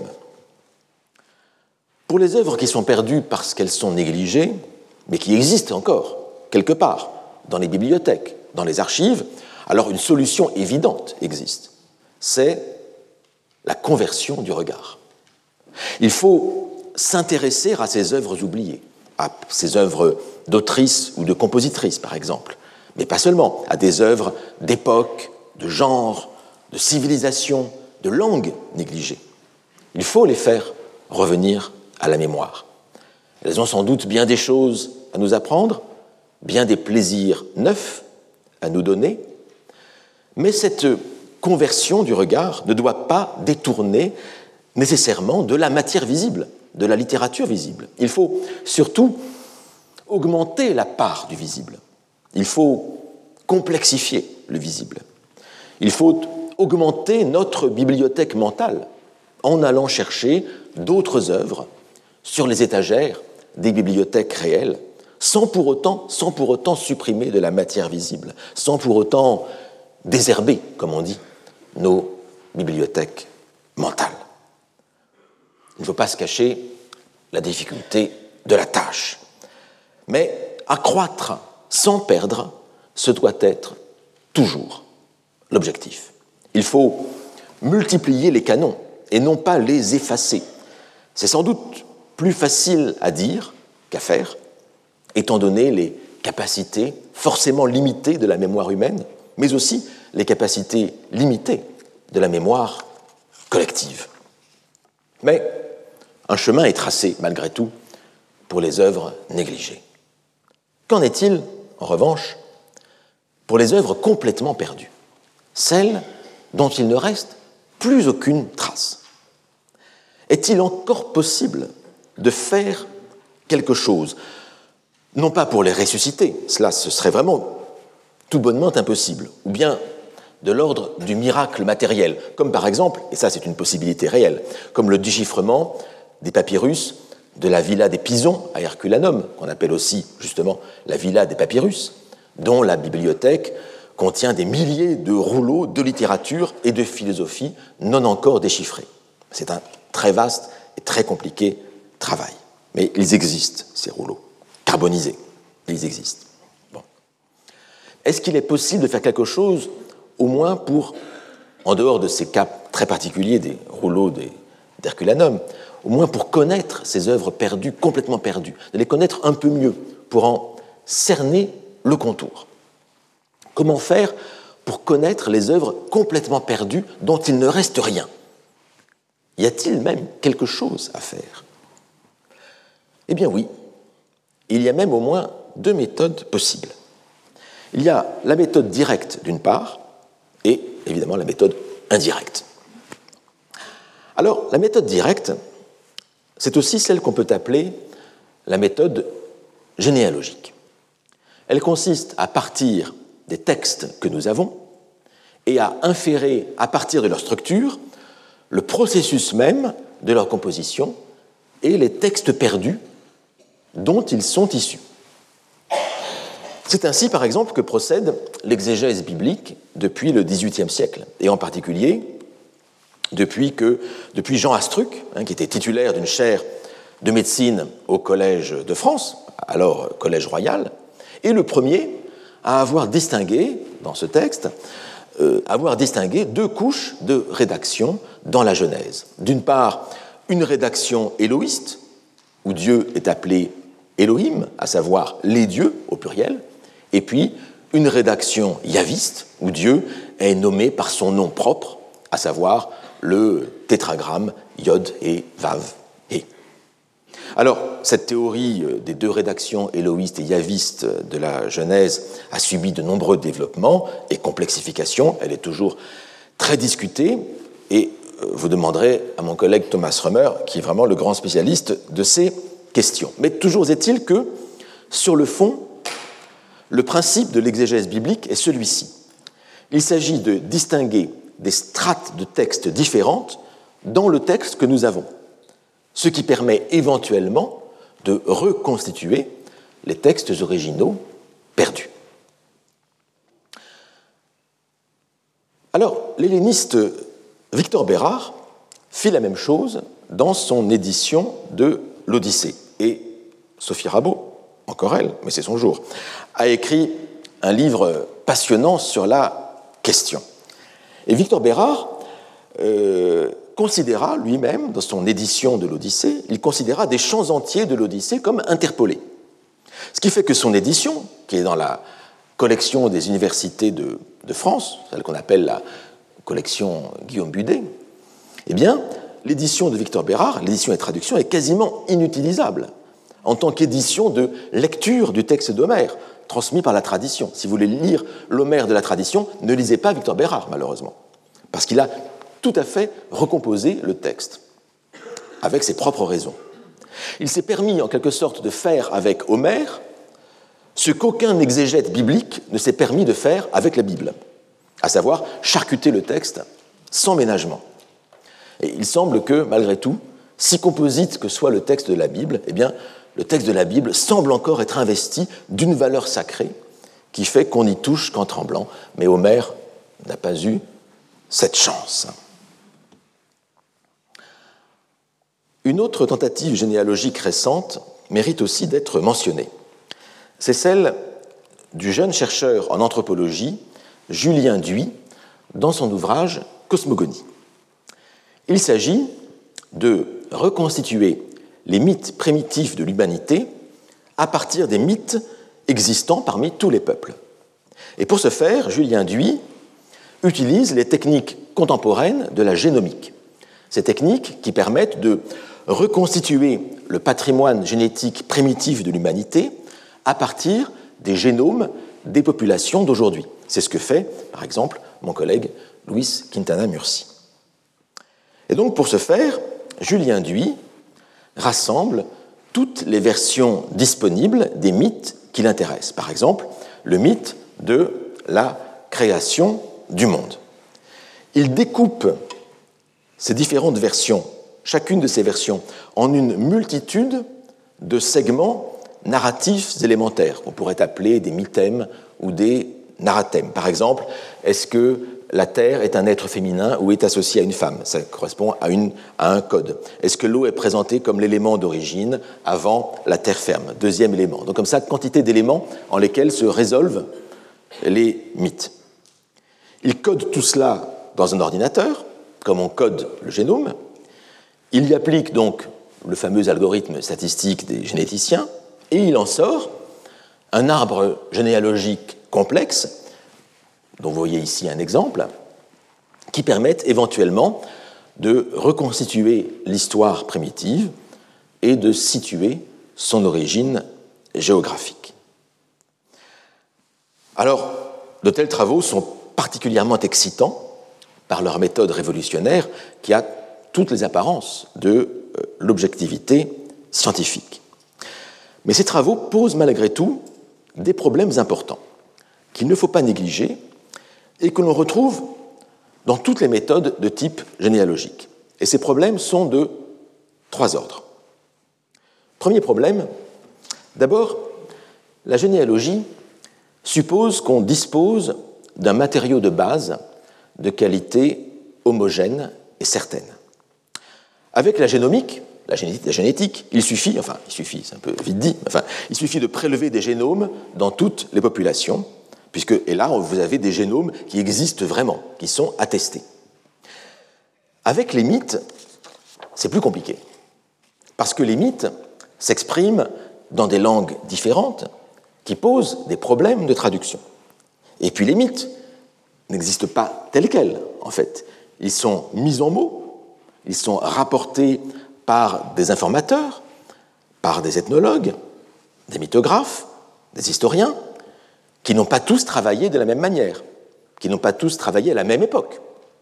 Speaker 2: Pour les œuvres qui sont perdues parce qu'elles sont négligées, mais qui existent encore, quelque part, dans les bibliothèques, dans les archives, alors une solution évidente existe. C'est la conversion du regard. Il faut s'intéresser à ces œuvres oubliées, à ces œuvres d'autrices ou de compositrices, par exemple, mais pas seulement, à des œuvres d'époque, de genre, de civilisation, de langue négligées. Il faut les faire revenir à la mémoire. Elles ont sans doute bien des choses à nous apprendre, bien des plaisirs neufs à nous donner, mais cette conversion du regard ne doit pas détourner nécessairement de la matière visible, de la littérature visible. Il faut surtout augmenter la part du visible. Il faut complexifier le visible. Il faut augmenter notre bibliothèque mentale en allant chercher d'autres œuvres sur les étagères des bibliothèques réelles, sans pour autant supprimer de la matière visible, sans pour autant désherber, comme on dit, nos bibliothèques mentales. Il ne faut pas se cacher la difficulté de la tâche. Mais accroître sans perdre, ce doit être toujours l'objectif. Il faut multiplier les canons et non pas les effacer. C'est sans doute plus facile à dire qu'à faire, étant donné les capacités forcément limitées de la mémoire humaine, mais aussi les capacités limitées de la mémoire collective. Mais un chemin est tracé, malgré tout, pour les œuvres négligées. Qu'en est-il, en revanche, pour les œuvres complètement perdues, celles dont il ne reste plus aucune trace? Est-il encore possible de faire quelque chose, non pas pour les ressusciter, cela ce serait vraiment tout bonnement impossible, ou bien de l'ordre du miracle matériel, comme par exemple, et ça c'est une possibilité réelle, comme le déchiffrement des papyrus de la Villa des Pisons à Herculanum, qu'on appelle aussi justement la Villa des Papyrus, dont la bibliothèque contient des milliers de rouleaux de littérature et de philosophie non encore déchiffrés. C'est un très vaste et très compliqué travail. Mais ils existent, ces rouleaux, carbonisés. Ils existent. Bon. Est-ce qu'il est possible de faire quelque chose, au moins pour, en dehors de ces cas très particuliers des rouleaux d'Herculanum, au moins pour connaître ces œuvres perdues, complètement perdues, de les connaître un peu mieux, pour en cerner le contour? Comment faire pour connaître les œuvres complètement perdues dont il ne reste rien? Y a-t-il même quelque chose à faire? Eh bien oui, il y a même au moins deux méthodes possibles. Il y a la méthode directe d'une part, et évidemment la méthode indirecte. Alors, la méthode directe, c'est aussi celle qu'on peut appeler la méthode généalogique. Elle consiste à partir des textes que nous avons et à inférer, à partir de leur structure, le processus même de leur composition et les textes perdus dont ils sont issus. C'est ainsi, par exemple, que procède l'exégèse biblique depuis le XVIIIe siècle, et en particulier depuis Jean Astruc, qui était titulaire d'une chaire de médecine au Collège de France, alors Collège Royal, est le premier à avoir distingué, dans ce texte, deux couches de rédaction dans la Genèse. D'une part, une rédaction élohiste, où Dieu est appelé Elohim, à savoir les dieux au pluriel, et puis une rédaction yaviste, où Dieu est nommé par son nom propre, à savoir le tétragramme Yod et Vav He. Alors, cette théorie des deux rédactions élohistes et yavistes de la Genèse a subi de nombreux développements et complexifications. Elle est toujours très discutée, et vous demanderez à mon collègue Thomas Römer, qui est vraiment le grand spécialiste de ces questions. Mais toujours est-il que, sur le fond, le principe de l'exégèse biblique est celui-ci. Il s'agit de distinguer des strates de textes différentes dans le texte que nous avons, ce qui permet éventuellement de reconstituer les textes originaux perdus. Alors, l'helléniste Victor Bérard fit la même chose dans son édition de l'Odyssée. Et Sophie Rabault, encore elle, mais c'est son jour, a écrit un livre passionnant sur la question. Et Victor Bérard considéra lui-même, dans son édition de l'Odyssée, il considéra des champs entiers de l'Odyssée comme interpolés. Ce qui fait que son édition, qui est dans la collection des universités de France, celle qu'on appelle la collection Guillaume Budet, eh bien, l'édition de Victor Bérard, l'édition et traduction, est quasiment inutilisable, en tant qu'édition de lecture du texte d'Homère, transmis par la tradition. Si vous voulez lire l'Homère de la tradition, ne lisez pas Victor Bérard, malheureusement, parce qu'il a tout à fait recomposé le texte, avec ses propres raisons. Il s'est permis, en quelque sorte, de faire avec Homère ce qu'aucun exégète biblique ne s'est permis de faire avec la Bible, à savoir charcuter le texte sans ménagement. Et il semble que, malgré tout, si composite que soit le texte de la Bible, eh bien, le texte de la Bible semble encore être investi d'une valeur sacrée qui fait qu'on n'y touche qu'en tremblant. Mais Homère n'a pas eu cette chance. Une autre tentative généalogique récente mérite aussi d'être mentionnée. C'est celle du jeune chercheur en anthropologie, Julien Duy, dans son ouvrage Cosmogonie. Il s'agit de reconstituer les mythes primitifs de l'humanité à partir des mythes existants parmi tous les peuples. Et pour ce faire, Julien Duy utilise les techniques contemporaines de la génomique. Ces techniques qui permettent de reconstituer le patrimoine génétique primitif de l'humanité à partir des génomes des populations d'aujourd'hui. C'est ce que fait, par exemple, mon collègue Luis Quintana Murci. Et donc, pour ce faire, Julien Duy rassemble toutes les versions disponibles des mythes qui l'intéressent. Par exemple, le mythe de la création du monde. Il découpe ces différentes versions, chacune de ces versions, en une multitude de segments narratifs élémentaires, qu'on pourrait appeler des mythèmes ou des narratèmes. Par exemple, est-ce que la terre est un être féminin ou est associée à une femme? Ça correspond à un code. Est-ce que l'eau est présentée comme l'élément d'origine avant la terre ferme? Deuxième élément. Donc comme ça, quantité d'éléments en lesquels se résolvent les mythes. Il code tout cela dans un ordinateur, comme on code le génome. Il y applique donc le fameux algorithme statistique des généticiens, et il en sort un arbre généalogique complexe, dont vous voyez ici un exemple, qui permettent éventuellement de reconstituer l'histoire primitive et de situer son origine géographique. Alors, de tels travaux sont particulièrement excitants par leur méthode révolutionnaire qui a toutes les apparences de l'objectivité scientifique. Mais ces travaux posent malgré tout des problèmes importants qu'il ne faut pas négliger et que l'on retrouve dans toutes les méthodes de type généalogique. Et ces problèmes sont de 3 ordres. Premier problème, d'abord, la généalogie suppose qu'on dispose d'un matériau de base de qualité homogène et certaine. Avec la génomique, la génétique, il suffit, c'est un peu vite dit, il suffit de prélever des génomes dans toutes les populations, et là, vous avez des génomes qui existent vraiment, qui sont attestés. Avec les mythes, c'est plus compliqué, parce que les mythes s'expriment dans des langues différentes qui posent des problèmes de traduction. Et puis les mythes n'existent pas tels quels, en fait. Ils sont mis en mots, ils sont rapportés par des informateurs, par des ethnologues, des mythographes, des historiens, qui n'ont pas tous travaillé de la même manière, qui n'ont pas tous travaillé à la même époque,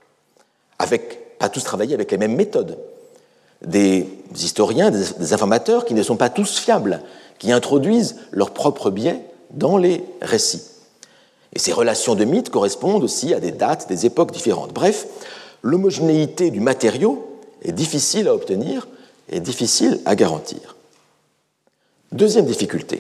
Speaker 2: pas tous travaillé avec les mêmes méthodes. Des historiens, des informateurs qui ne sont pas tous fiables, qui introduisent leurs propres biais dans les récits. Et ces relations de mythes correspondent aussi à des dates, des époques différentes. Bref, l'homogénéité du matériau est difficile à obtenir et difficile à garantir. Deuxième difficulté,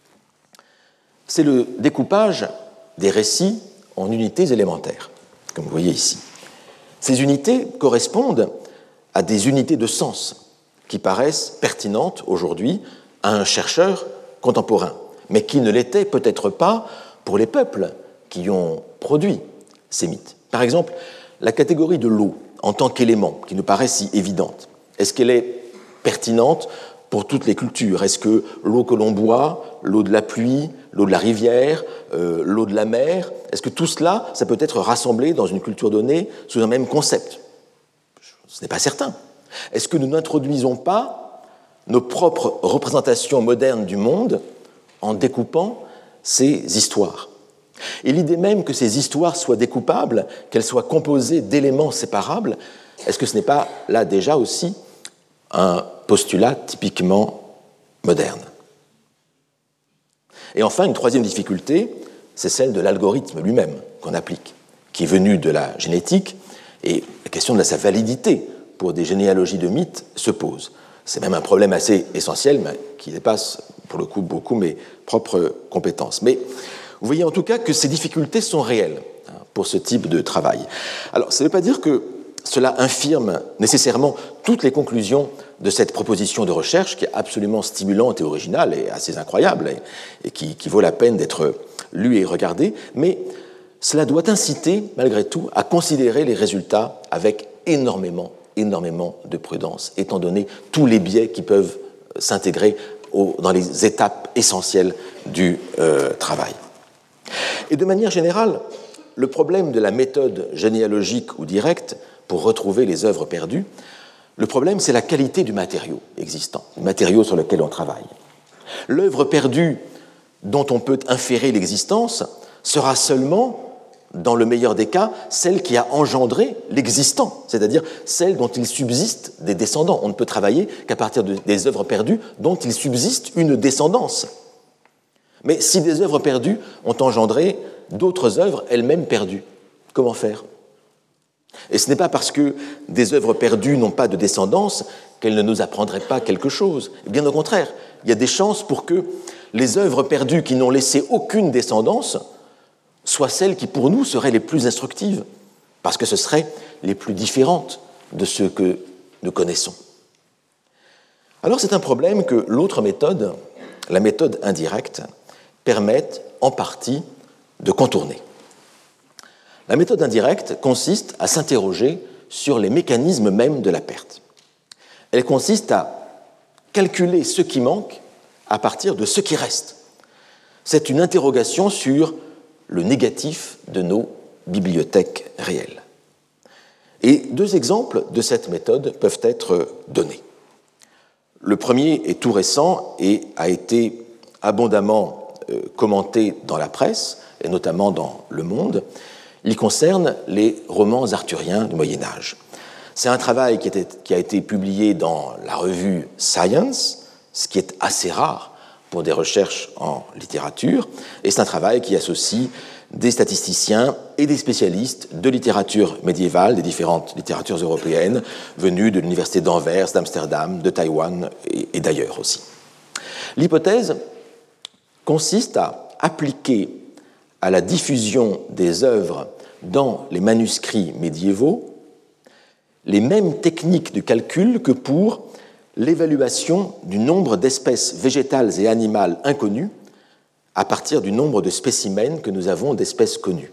Speaker 2: c'est le découpage des récits en unités élémentaires, comme vous voyez ici. Ces unités correspondent à des unités de sens qui paraissent pertinentes aujourd'hui à un chercheur contemporain, mais qui ne l'étaient peut-être pas pour les peuples qui ont produit ces mythes. Par exemple, la catégorie de l'eau en tant qu'élément, qui nous paraît si évidente, est-ce qu'elle est pertinente pour toutes les cultures? Est-ce que l'eau que l'on boit, l'eau de la pluie, l'eau de la rivière, l'eau de la mer, est-ce que tout cela, ça peut être rassemblé dans une culture donnée sous un même concept? Ce n'est pas certain. Est-ce que nous n'introduisons pas nos propres représentations modernes du monde en découpant ces histoires. Et l'idée même que ces histoires soient découpables, qu'elles soient composées d'éléments séparables, est-ce que ce n'est pas là déjà aussi un postulat typiquement moderne? Et enfin, une troisième difficulté, c'est celle de l'algorithme lui-même qu'on applique, qui est venu de la génétique, et la question de sa validité pour des généalogies de mythes se pose. C'est même un problème assez essentiel, mais qui dépasse pour le coup beaucoup mes propres compétences. Mais vous voyez en tout cas que ces difficultés sont réelles pour ce type de travail. Alors, ça ne veut pas dire que cela infirme nécessairement toutes les conclusions de cette proposition de recherche qui est absolument stimulante et originale et assez incroyable et qui vaut la peine d'être lue et regardée, mais cela doit inciter, malgré tout, à considérer les résultats avec énormément de prudence, étant donné tous les biais qui peuvent s'intégrer dans les étapes essentielles du travail. Et de manière générale, le problème de la méthode généalogique ou directe pour retrouver les œuvres perdues, le problème, c'est la qualité du matériau existant, du matériau sur lequel on travaille. L'œuvre perdue dont on peut inférer l'existence sera seulement, dans le meilleur des cas, celle qui a engendré l'existant, c'est-à-dire celle dont il subsiste des descendants. On ne peut travailler qu'à partir des œuvres perdues dont il subsiste une descendance. Mais si des œuvres perdues ont engendré d'autres œuvres elles-mêmes perdues, comment faire? Et ce n'est pas parce que des œuvres perdues n'ont pas de descendance qu'elles ne nous apprendraient pas quelque chose. Bien au contraire, il y a des chances pour que les œuvres perdues qui n'ont laissé aucune descendance soient celles qui, pour nous, seraient les plus instructives, parce que ce seraient les plus différentes de ce que nous connaissons. Alors c'est un problème que l'autre méthode, la méthode indirecte, permet en partie de contourner. La méthode indirecte consiste à s'interroger sur les mécanismes mêmes de la perte. Elle consiste à calculer ce qui manque à partir de ce qui reste. C'est une interrogation sur le négatif de nos bibliothèques réelles. Et deux exemples de cette méthode peuvent être donnés. Le premier est tout récent et a été abondamment commenté dans la presse, et notamment dans Le Monde. Il concerne les romans arthuriens du Moyen-Âge. C'est un travail qui a été publié dans la revue Science, ce qui est assez rare pour des recherches en littérature, et c'est un travail qui associe des statisticiens et des spécialistes de littérature médiévale, des différentes littératures européennes, venus de l'université d'Anvers, d'Amsterdam, de Taïwan et d'ailleurs aussi. L'hypothèse consiste à appliquer à la diffusion des œuvres dans les manuscrits médiévaux les mêmes techniques de calcul que pour l'évaluation du nombre d'espèces végétales et animales inconnues à partir du nombre de spécimens que nous avons d'espèces connues.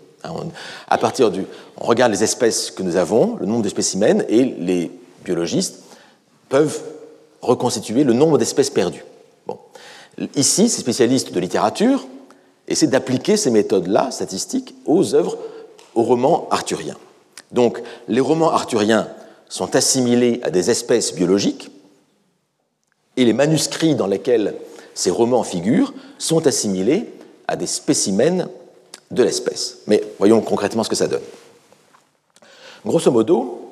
Speaker 2: On regarde les espèces que nous avons, le nombre de spécimens, et les biologistes peuvent reconstituer le nombre d'espèces perdues. Bon. Ici, ces spécialistes de littérature essaient d'appliquer ces méthodes-là, statistiques, aux œuvres, aux romans arthuriens. Donc, les romans arthuriens sont assimilés à des espèces biologiques, et les manuscrits dans lesquels ces romans figurent sont assimilés à des spécimens de l'espèce. Mais voyons concrètement ce que ça donne. Grosso modo,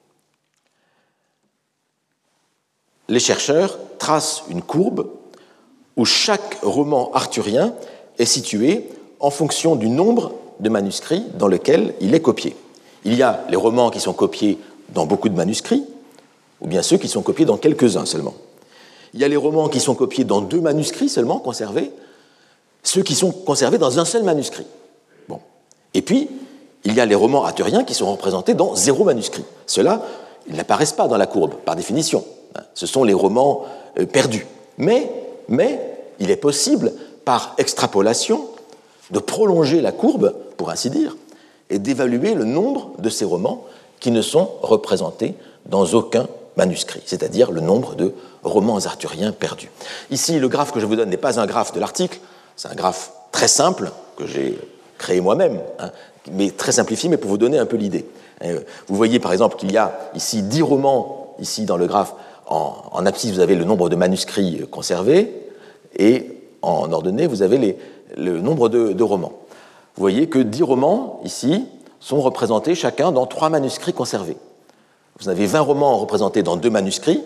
Speaker 2: les chercheurs tracent une courbe où chaque roman arthurien est situé en fonction du nombre de manuscrits dans lequel il est copié. Il y a les romans qui sont copiés dans beaucoup de manuscrits, ou bien ceux qui sont copiés dans quelques-uns seulement. Il y a les romans qui sont copiés dans 2 manuscrits seulement conservés, ceux qui sont conservés dans un seul manuscrit. Bon. Et puis, il y a les romans arthuriens qui sont représentés dans 0 manuscrit. Ceux-là, ils n'apparaissent pas dans la courbe, par définition. Ce sont les romans perdus. Mais il est possible, par extrapolation, de prolonger la courbe, pour ainsi dire, et d'évaluer le nombre de ces romans qui ne sont représentés dans aucun manuscrit, c'est-à-dire le nombre de romans arthuriens perdus. Ici, le graphe que je vous donne n'est pas un graphe de l'article, c'est un graphe très simple que j'ai créé moi-même, mais très simplifié, mais pour vous donner un peu l'idée. Vous voyez par exemple qu'il y a ici 10 romans, ici dans le graphe, en abscisse, vous avez le nombre de manuscrits conservés, et en ordonnée, vous avez le nombre de romans. Vous voyez que 10 romans, ici, sont représentés chacun dans 3 manuscrits conservés. Vous avez 20 romans représentés dans 2 manuscrits,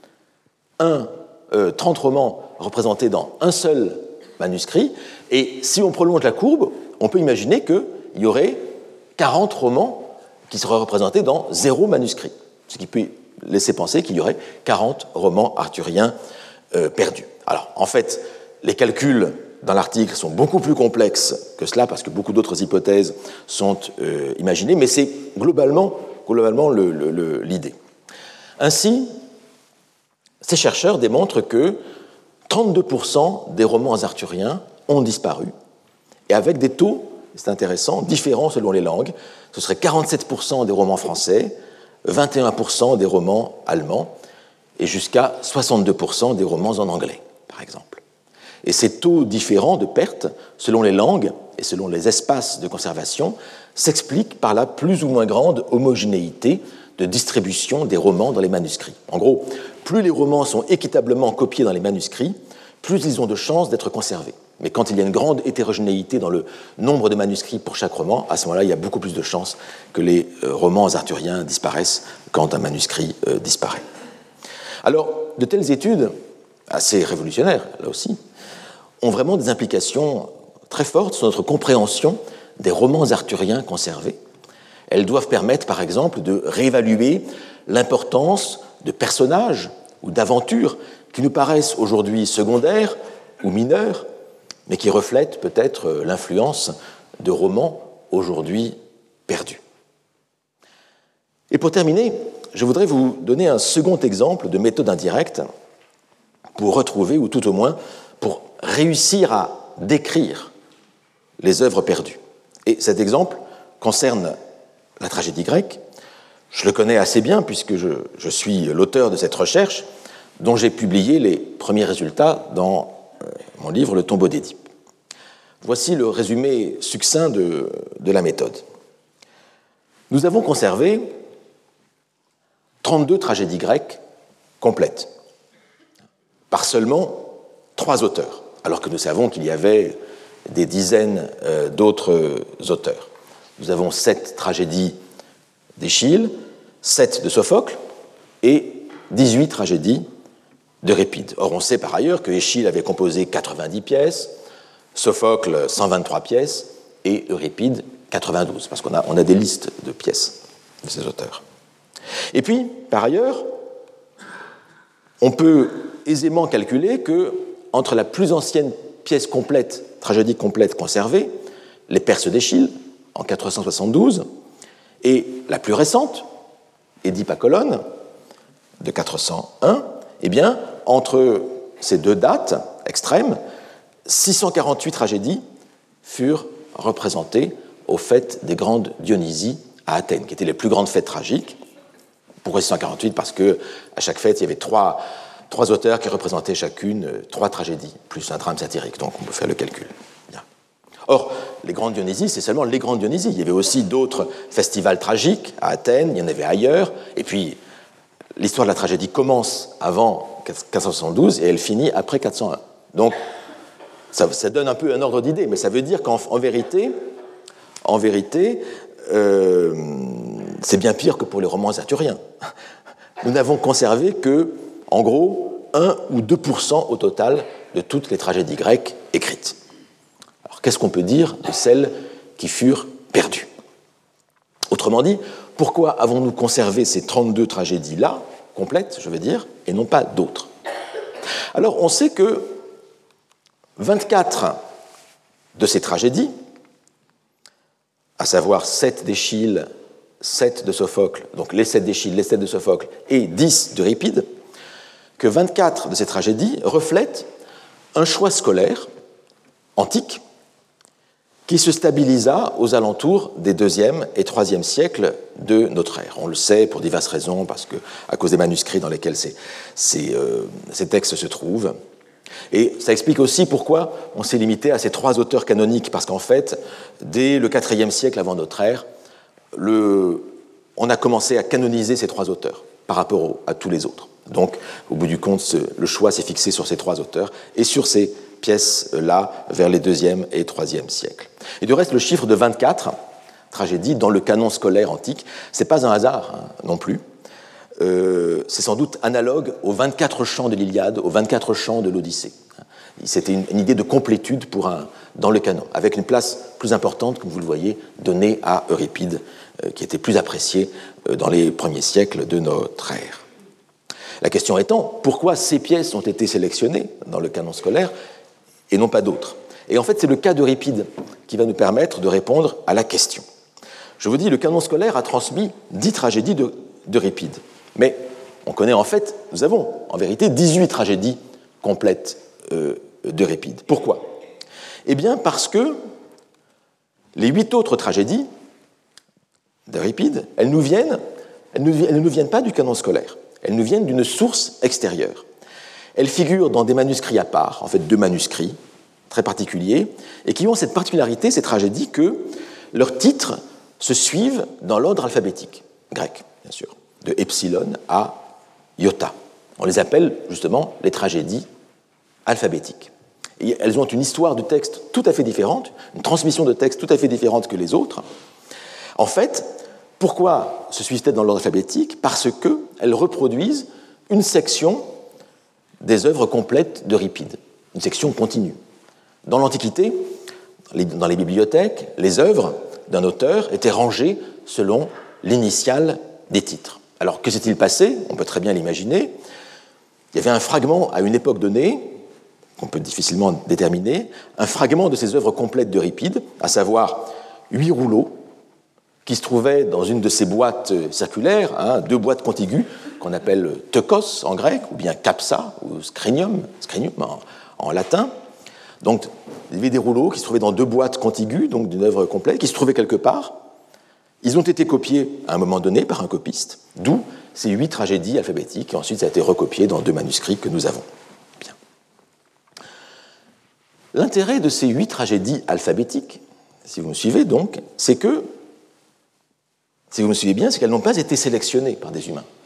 Speaker 2: 30 romans représentés dans un seul manuscrit, et si on prolonge la courbe, on peut imaginer qu'il y aurait 40 romans qui seraient représentés dans 0 manuscrit, ce qui peut laisser penser qu'il y aurait 40 romans arthuriens perdus. Alors, en fait, les calculs dans l'article sont beaucoup plus complexes que cela, parce que beaucoup d'autres hypothèses sont imaginées, mais c'est globalement l'idée. Ainsi, ces chercheurs démontrent que 32% des romans arthuriens ont disparu, et avec des taux, c'est intéressant, différents selon les langues. Ce serait 47% des romans français, 21% des romans allemands, et jusqu'à 62% des romans en anglais, par exemple. Et ces taux différents de perte, selon les langues et selon les espaces de conservation, s'expliquent par la plus ou moins grande homogénéité de distribution des romans dans les manuscrits. En gros, plus les romans sont équitablement copiés dans les manuscrits, plus ils ont de chances d'être conservés. Mais quand il y a une grande hétérogénéité dans le nombre de manuscrits pour chaque roman, à ce moment-là, il y a beaucoup plus de chances que les romans arthuriens disparaissent quand un manuscrit disparaît. Alors, de telles études, assez révolutionnaires, là aussi, ont vraiment des implications très fortes sur notre compréhension des romans arthuriens conservés. Elles doivent permettre, par exemple, de réévaluer l'importance de personnages ou d'aventures qui nous paraissent aujourd'hui secondaires ou mineurs, mais qui reflètent peut-être l'influence de romans aujourd'hui perdus. Et pour terminer, je voudrais vous donner un second exemple de méthode indirecte pour retrouver, ou tout au moins pour réussir à décrire les œuvres perdues. Et cet exemple concerne la tragédie grecque. Je le connais assez bien puisque je suis l'auteur de cette recherche dont j'ai publié les premiers résultats dans mon livre « Le tombeau d'Édipe ». Voici le résumé succinct de la méthode. Nous avons conservé 32 tragédies grecques complètes, par seulement 3 auteurs, alors que nous savons qu'il y avait des dizaines d'autres auteurs. Nous avons 7 tragédies d'Échille, 7 de Sophocle et 18 tragédies d'Euripide. Or, on sait par ailleurs que Échille avait composé 90 pièces, Sophocle 123 pièces et Euripide 92, parce qu'on a des listes de pièces de ces auteurs. Et puis, par ailleurs, on peut aisément calculer que entre la plus ancienne pièce complète, tragédie complète conservée, les Perses d'Échille, en 472, et la plus récente, Édipe à Colonne, de 401, eh bien, entre ces 2 dates extrêmes, 648 tragédies furent représentées aux fêtes des grandes Dionysies à Athènes, qui étaient les plus grandes fêtes tragiques. Pourquoi 648 ? Parce qu'à chaque fête, il y avait 3 auteurs qui représentaient chacune 3 tragédies, plus un drame satirique, donc on peut faire le calcul. Bien. Or, les grandes Dionysies, c'est seulement les grandes Dionysies. Il y avait aussi d'autres festivals tragiques à Athènes, il y en avait ailleurs, et puis l'histoire de la tragédie commence avant 472 et elle finit après 401. Donc, ça donne un peu un ordre d'idée, mais ça veut dire qu'en vérité, c'est bien pire que pour les romans arthuriens. Nous n'avons conservé que, en gros, 1 ou 2% au total de toutes les tragédies grecques écrites. Alors, qu'est-ce qu'on peut dire de celles qui furent perdues ? Autrement dit, pourquoi avons-nous conservé ces 32 tragédies-là, complètes, je veux dire, et non pas d'autres ? Alors, on sait que 24 de ces tragédies, à savoir 7 d'Échille, 7 de Sophocle, donc les 7 d'Échille, les 7 de Sophocle et 10 d'Euripide, que 24 de ces tragédies reflètent un choix scolaire antique qui se stabilisa aux alentours des 2e et 3e siècles de notre ère. On le sait pour diverses raisons, parce que, à cause des manuscrits dans lesquels ces textes se trouvent. Et ça explique aussi pourquoi on s'est limité à ces 3 auteurs canoniques, parce qu'en fait, dès le 4e siècle avant notre ère, on a commencé à canoniser ces 3 auteurs par rapport à tous les autres. Donc, au bout du compte, le choix s'est fixé sur ces 3 auteurs et sur ces pièces-là vers les 2e et 3e siècles. Et du reste, le chiffre de 24 tragédies dans le canon scolaire antique, ce n'est pas un hasard non plus. C'est sans doute analogue aux 24 chants de l'Iliade, aux 24 chants de l'Odyssée. C'était une idée de complétude dans le canon, avec une place plus importante, comme vous le voyez, donnée à Euripide, qui était plus apprécié dans les premiers siècles de notre ère. La question étant, pourquoi ces pièces ont été sélectionnées dans le canon scolaire et non pas d'autres? Et en fait, c'est le cas d'Euripide qui va nous permettre de répondre à la question. Je vous dis, le canon scolaire a transmis 10 tragédies d'Euripide. Mais on connaît en fait, nous avons en vérité 18 tragédies complètes d'Euripide. Pourquoi? Eh bien parce que les 8 autres tragédies d'Euripide, elles ne nous viennent pas du canon scolaire. Elles nous viennent d'une source extérieure. Elles figurent dans des manuscrits à part, en fait 2 manuscrits très particuliers, et qui ont cette particularité, ces tragédies, que leurs titres se suivent dans l'ordre alphabétique, grec, bien sûr, de epsilon à iota. On les appelle justement les tragédies alphabétiques. Et elles ont une histoire du texte tout à fait différente, une transmission de texte tout à fait différente que les autres. En fait, pourquoi se suivent-elles dans l'ordre alphabétique? Parce qu'elles reproduisent une section des œuvres complètes d'Euripide, une section continue. Dans l'Antiquité, dans les bibliothèques, les œuvres d'un auteur étaient rangées selon l'initiale des titres. Alors, que s'est-il passé? On peut très bien l'imaginer. Il y avait un fragment à une époque donnée, qu'on peut difficilement déterminer, un fragment de ces œuvres complètes d'Euripide, à savoir 8 rouleaux, qui se trouvaient dans une de ces boîtes circulaires, 2 boîtes contiguës, qu'on appelle teukos en grec, ou bien capsa, ou scrinium en latin. Donc, il y avait des rouleaux qui se trouvaient dans 2 boîtes contiguës, donc d'une œuvre complète, qui se trouvaient quelque part. Ils ont été copiés à un moment donné par un copiste, d'où ces 8 tragédies alphabétiques, et ensuite ça a été recopié dans 2 manuscrits que nous avons. Bien. L'intérêt de ces 8 tragédies alphabétiques, si vous me suivez donc, c'est que, si vous me suivez bien, c'est qu'elles n'ont pas été sélectionnées par des humains.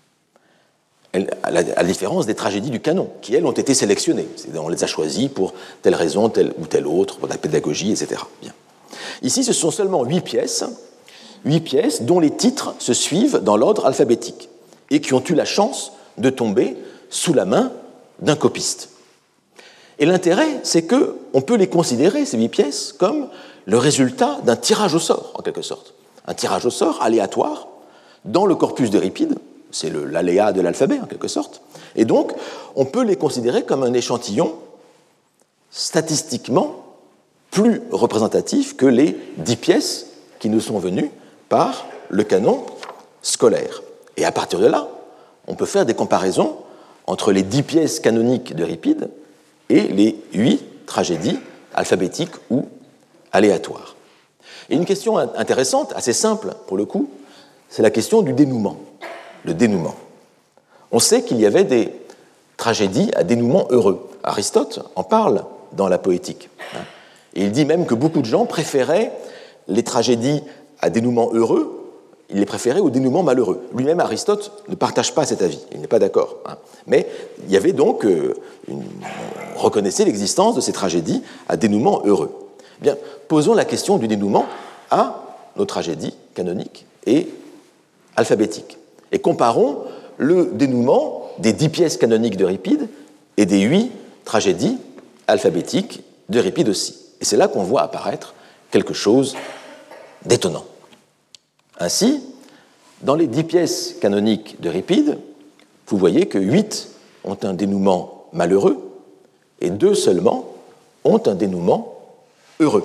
Speaker 2: À la différence des tragédies du canon, qui, elles, ont été sélectionnées. On les a choisies pour telle raison, telle ou telle autre, pour la pédagogie, etc. Bien. Ici, ce sont seulement 8 pièces dont les titres se suivent dans l'ordre alphabétique et qui ont eu la chance de tomber sous la main d'un copiste. Et l'intérêt, c'est qu'on peut les considérer, ces 8 pièces, comme le résultat d'un tirage au sort, en quelque sorte. Un tirage au sort aléatoire dans le corpus d'Euripide, c'est l'aléa de l'alphabet, en quelque sorte, et donc on peut les considérer comme un échantillon statistiquement plus représentatif que les 10 pièces qui nous sont venues par le canon scolaire. Et à partir de là, on peut faire des comparaisons entre les 10 pièces canoniques d'Euripide et les 8 tragédies alphabétiques ou aléatoires. Et une question intéressante, assez simple pour le coup, c'est la question du dénouement. Le dénouement. On sait qu'il y avait des tragédies à dénouement heureux. Aristote en parle dans la Poétique. Et il dit même que beaucoup de gens préféraient les tragédies à dénouement heureux, il les préférait au dénouement malheureux. Lui-même, Aristote, ne partage pas cet avis, il n'est pas d'accord. Mais il y avait donc, on reconnaissait l'existence de ces tragédies à dénouement heureux. Bien, posons la question du dénouement à nos tragédies canoniques et alphabétiques. Et comparons le dénouement des 10 pièces canoniques d'Euripide et des 8 tragédies alphabétiques d'Euripide aussi. Et c'est là qu'on voit apparaître quelque chose d'étonnant. Ainsi, dans les 10 pièces canoniques d'Euripide, vous voyez que 8 ont un dénouement malheureux et 2 seulement ont un dénouement heureux.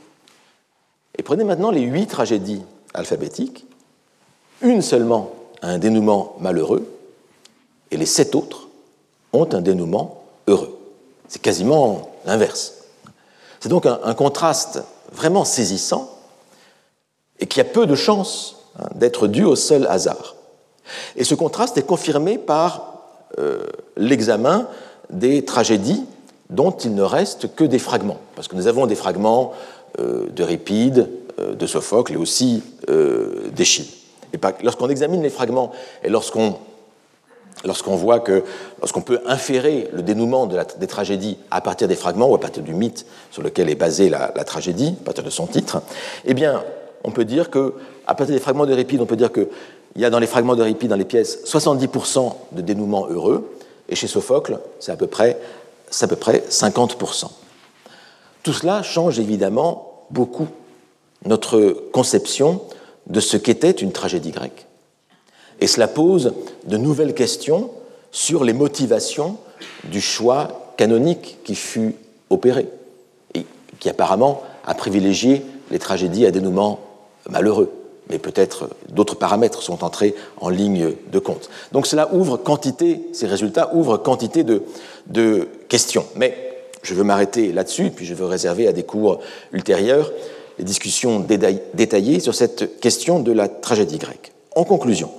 Speaker 2: Et prenez maintenant les 8 tragédies alphabétiques, une seulement a un dénouement malheureux et les 7 autres ont un dénouement heureux. C'est quasiment l'inverse. C'est donc un contraste vraiment saisissant et qui a peu de chances d'être dû au seul hasard. Et ce contraste est confirmé par l'examen des tragédies dont il ne reste que des fragments, parce que nous avons des fragments d'Euripide, de Sophocle et aussi d'Échille. Et lorsqu'on examine les fragments et lorsqu'on lorsqu'on peut inférer le dénouement des tragédies à partir des fragments ou à partir du mythe sur lequel est basée la tragédie, à partir de son titre, eh bien, on peut dire qu'à partir des fragments d'Euripide, on peut dire qu'il y a dans les fragments d'Euripide, dans les pièces, 70% de dénouements heureux, et chez Sophocle, c'est à peu près 50%. Tout cela change évidemment beaucoup notre conception de ce qu'était une tragédie grecque. Et cela pose de nouvelles questions sur les motivations du choix canonique qui fut opéré et qui apparemment a privilégié les tragédies à dénouement malheureux. Mais peut-être d'autres paramètres sont entrés en ligne de compte. Donc ces résultats ouvrent quantité de questions. Mais je veux m'arrêter là-dessus, puis je veux réserver à des cours ultérieurs les discussions détaillées sur cette question de la tragédie grecque. En conclusion,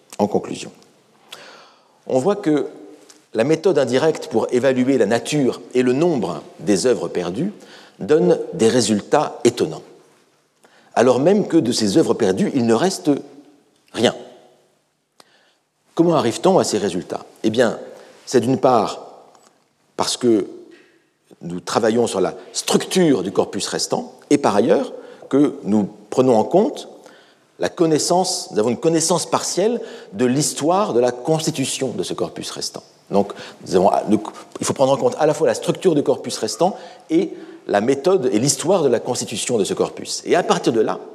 Speaker 2: on voit que la méthode indirecte pour évaluer la nature et le nombre des œuvres perdues donne des résultats étonnants, alors même que de ces œuvres perdues, il ne reste rien. Comment arrive-t-on à ces résultats ? Eh bien, c'est d'une part parce que nous travaillons sur la structure du corpus restant, et par ailleurs que nous prenons en compte nous avons une connaissance partielle de l'histoire de la constitution de ce corpus restant. Donc, il faut prendre en compte à la fois la structure du corpus restant et la méthode et l'histoire de la constitution de ce corpus. Et à partir de là,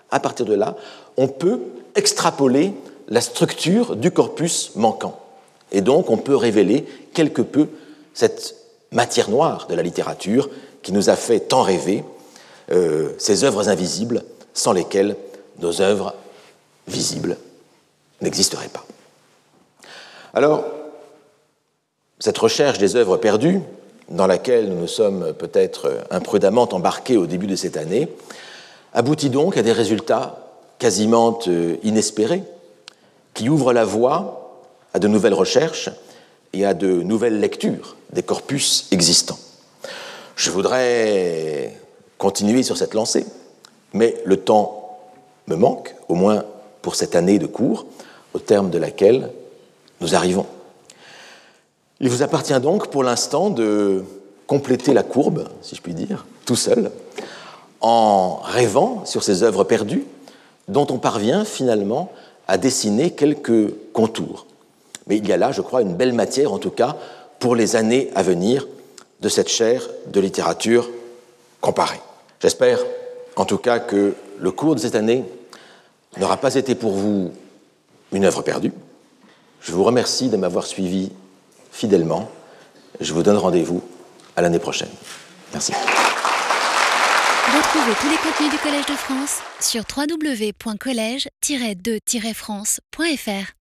Speaker 2: on peut extrapoler la structure du corpus manquant. Et donc, on peut révéler quelque peu cette matière noire de la littérature qui nous a fait tant rêver, ces œuvres invisibles sans lesquelles nos œuvres visibles n'existeraient pas. Alors, cette recherche des œuvres perdues, dans laquelle nous nous sommes peut-être imprudemment embarqués au début de cette année, aboutit donc à des résultats quasiment inespérés, qui ouvrent la voie à de nouvelles recherches et à de nouvelles lectures des corpus existants. Je voudrais continuer sur cette lancée, mais le temps me manque, au moins pour cette année de cours, au terme de laquelle nous arrivons. Il vous appartient donc pour l'instant de compléter la courbe, si je puis dire, tout seul, en rêvant sur ces œuvres perdues dont on parvient finalement à dessiner quelques contours. Mais il y a là, je crois, une belle matière, en tout cas, pour les années à venir de cette chaire de littérature comparée. J'espère, en tout cas, que le cours de cette année n'aura pas été pour vous une œuvre perdue. Je vous remercie de m'avoir suivi fidèlement. Je vous donne rendez-vous à l'année prochaine. Merci.
Speaker 1: Retrouvez tous les contenus du Collège de France sur www.collège-2-france.fr.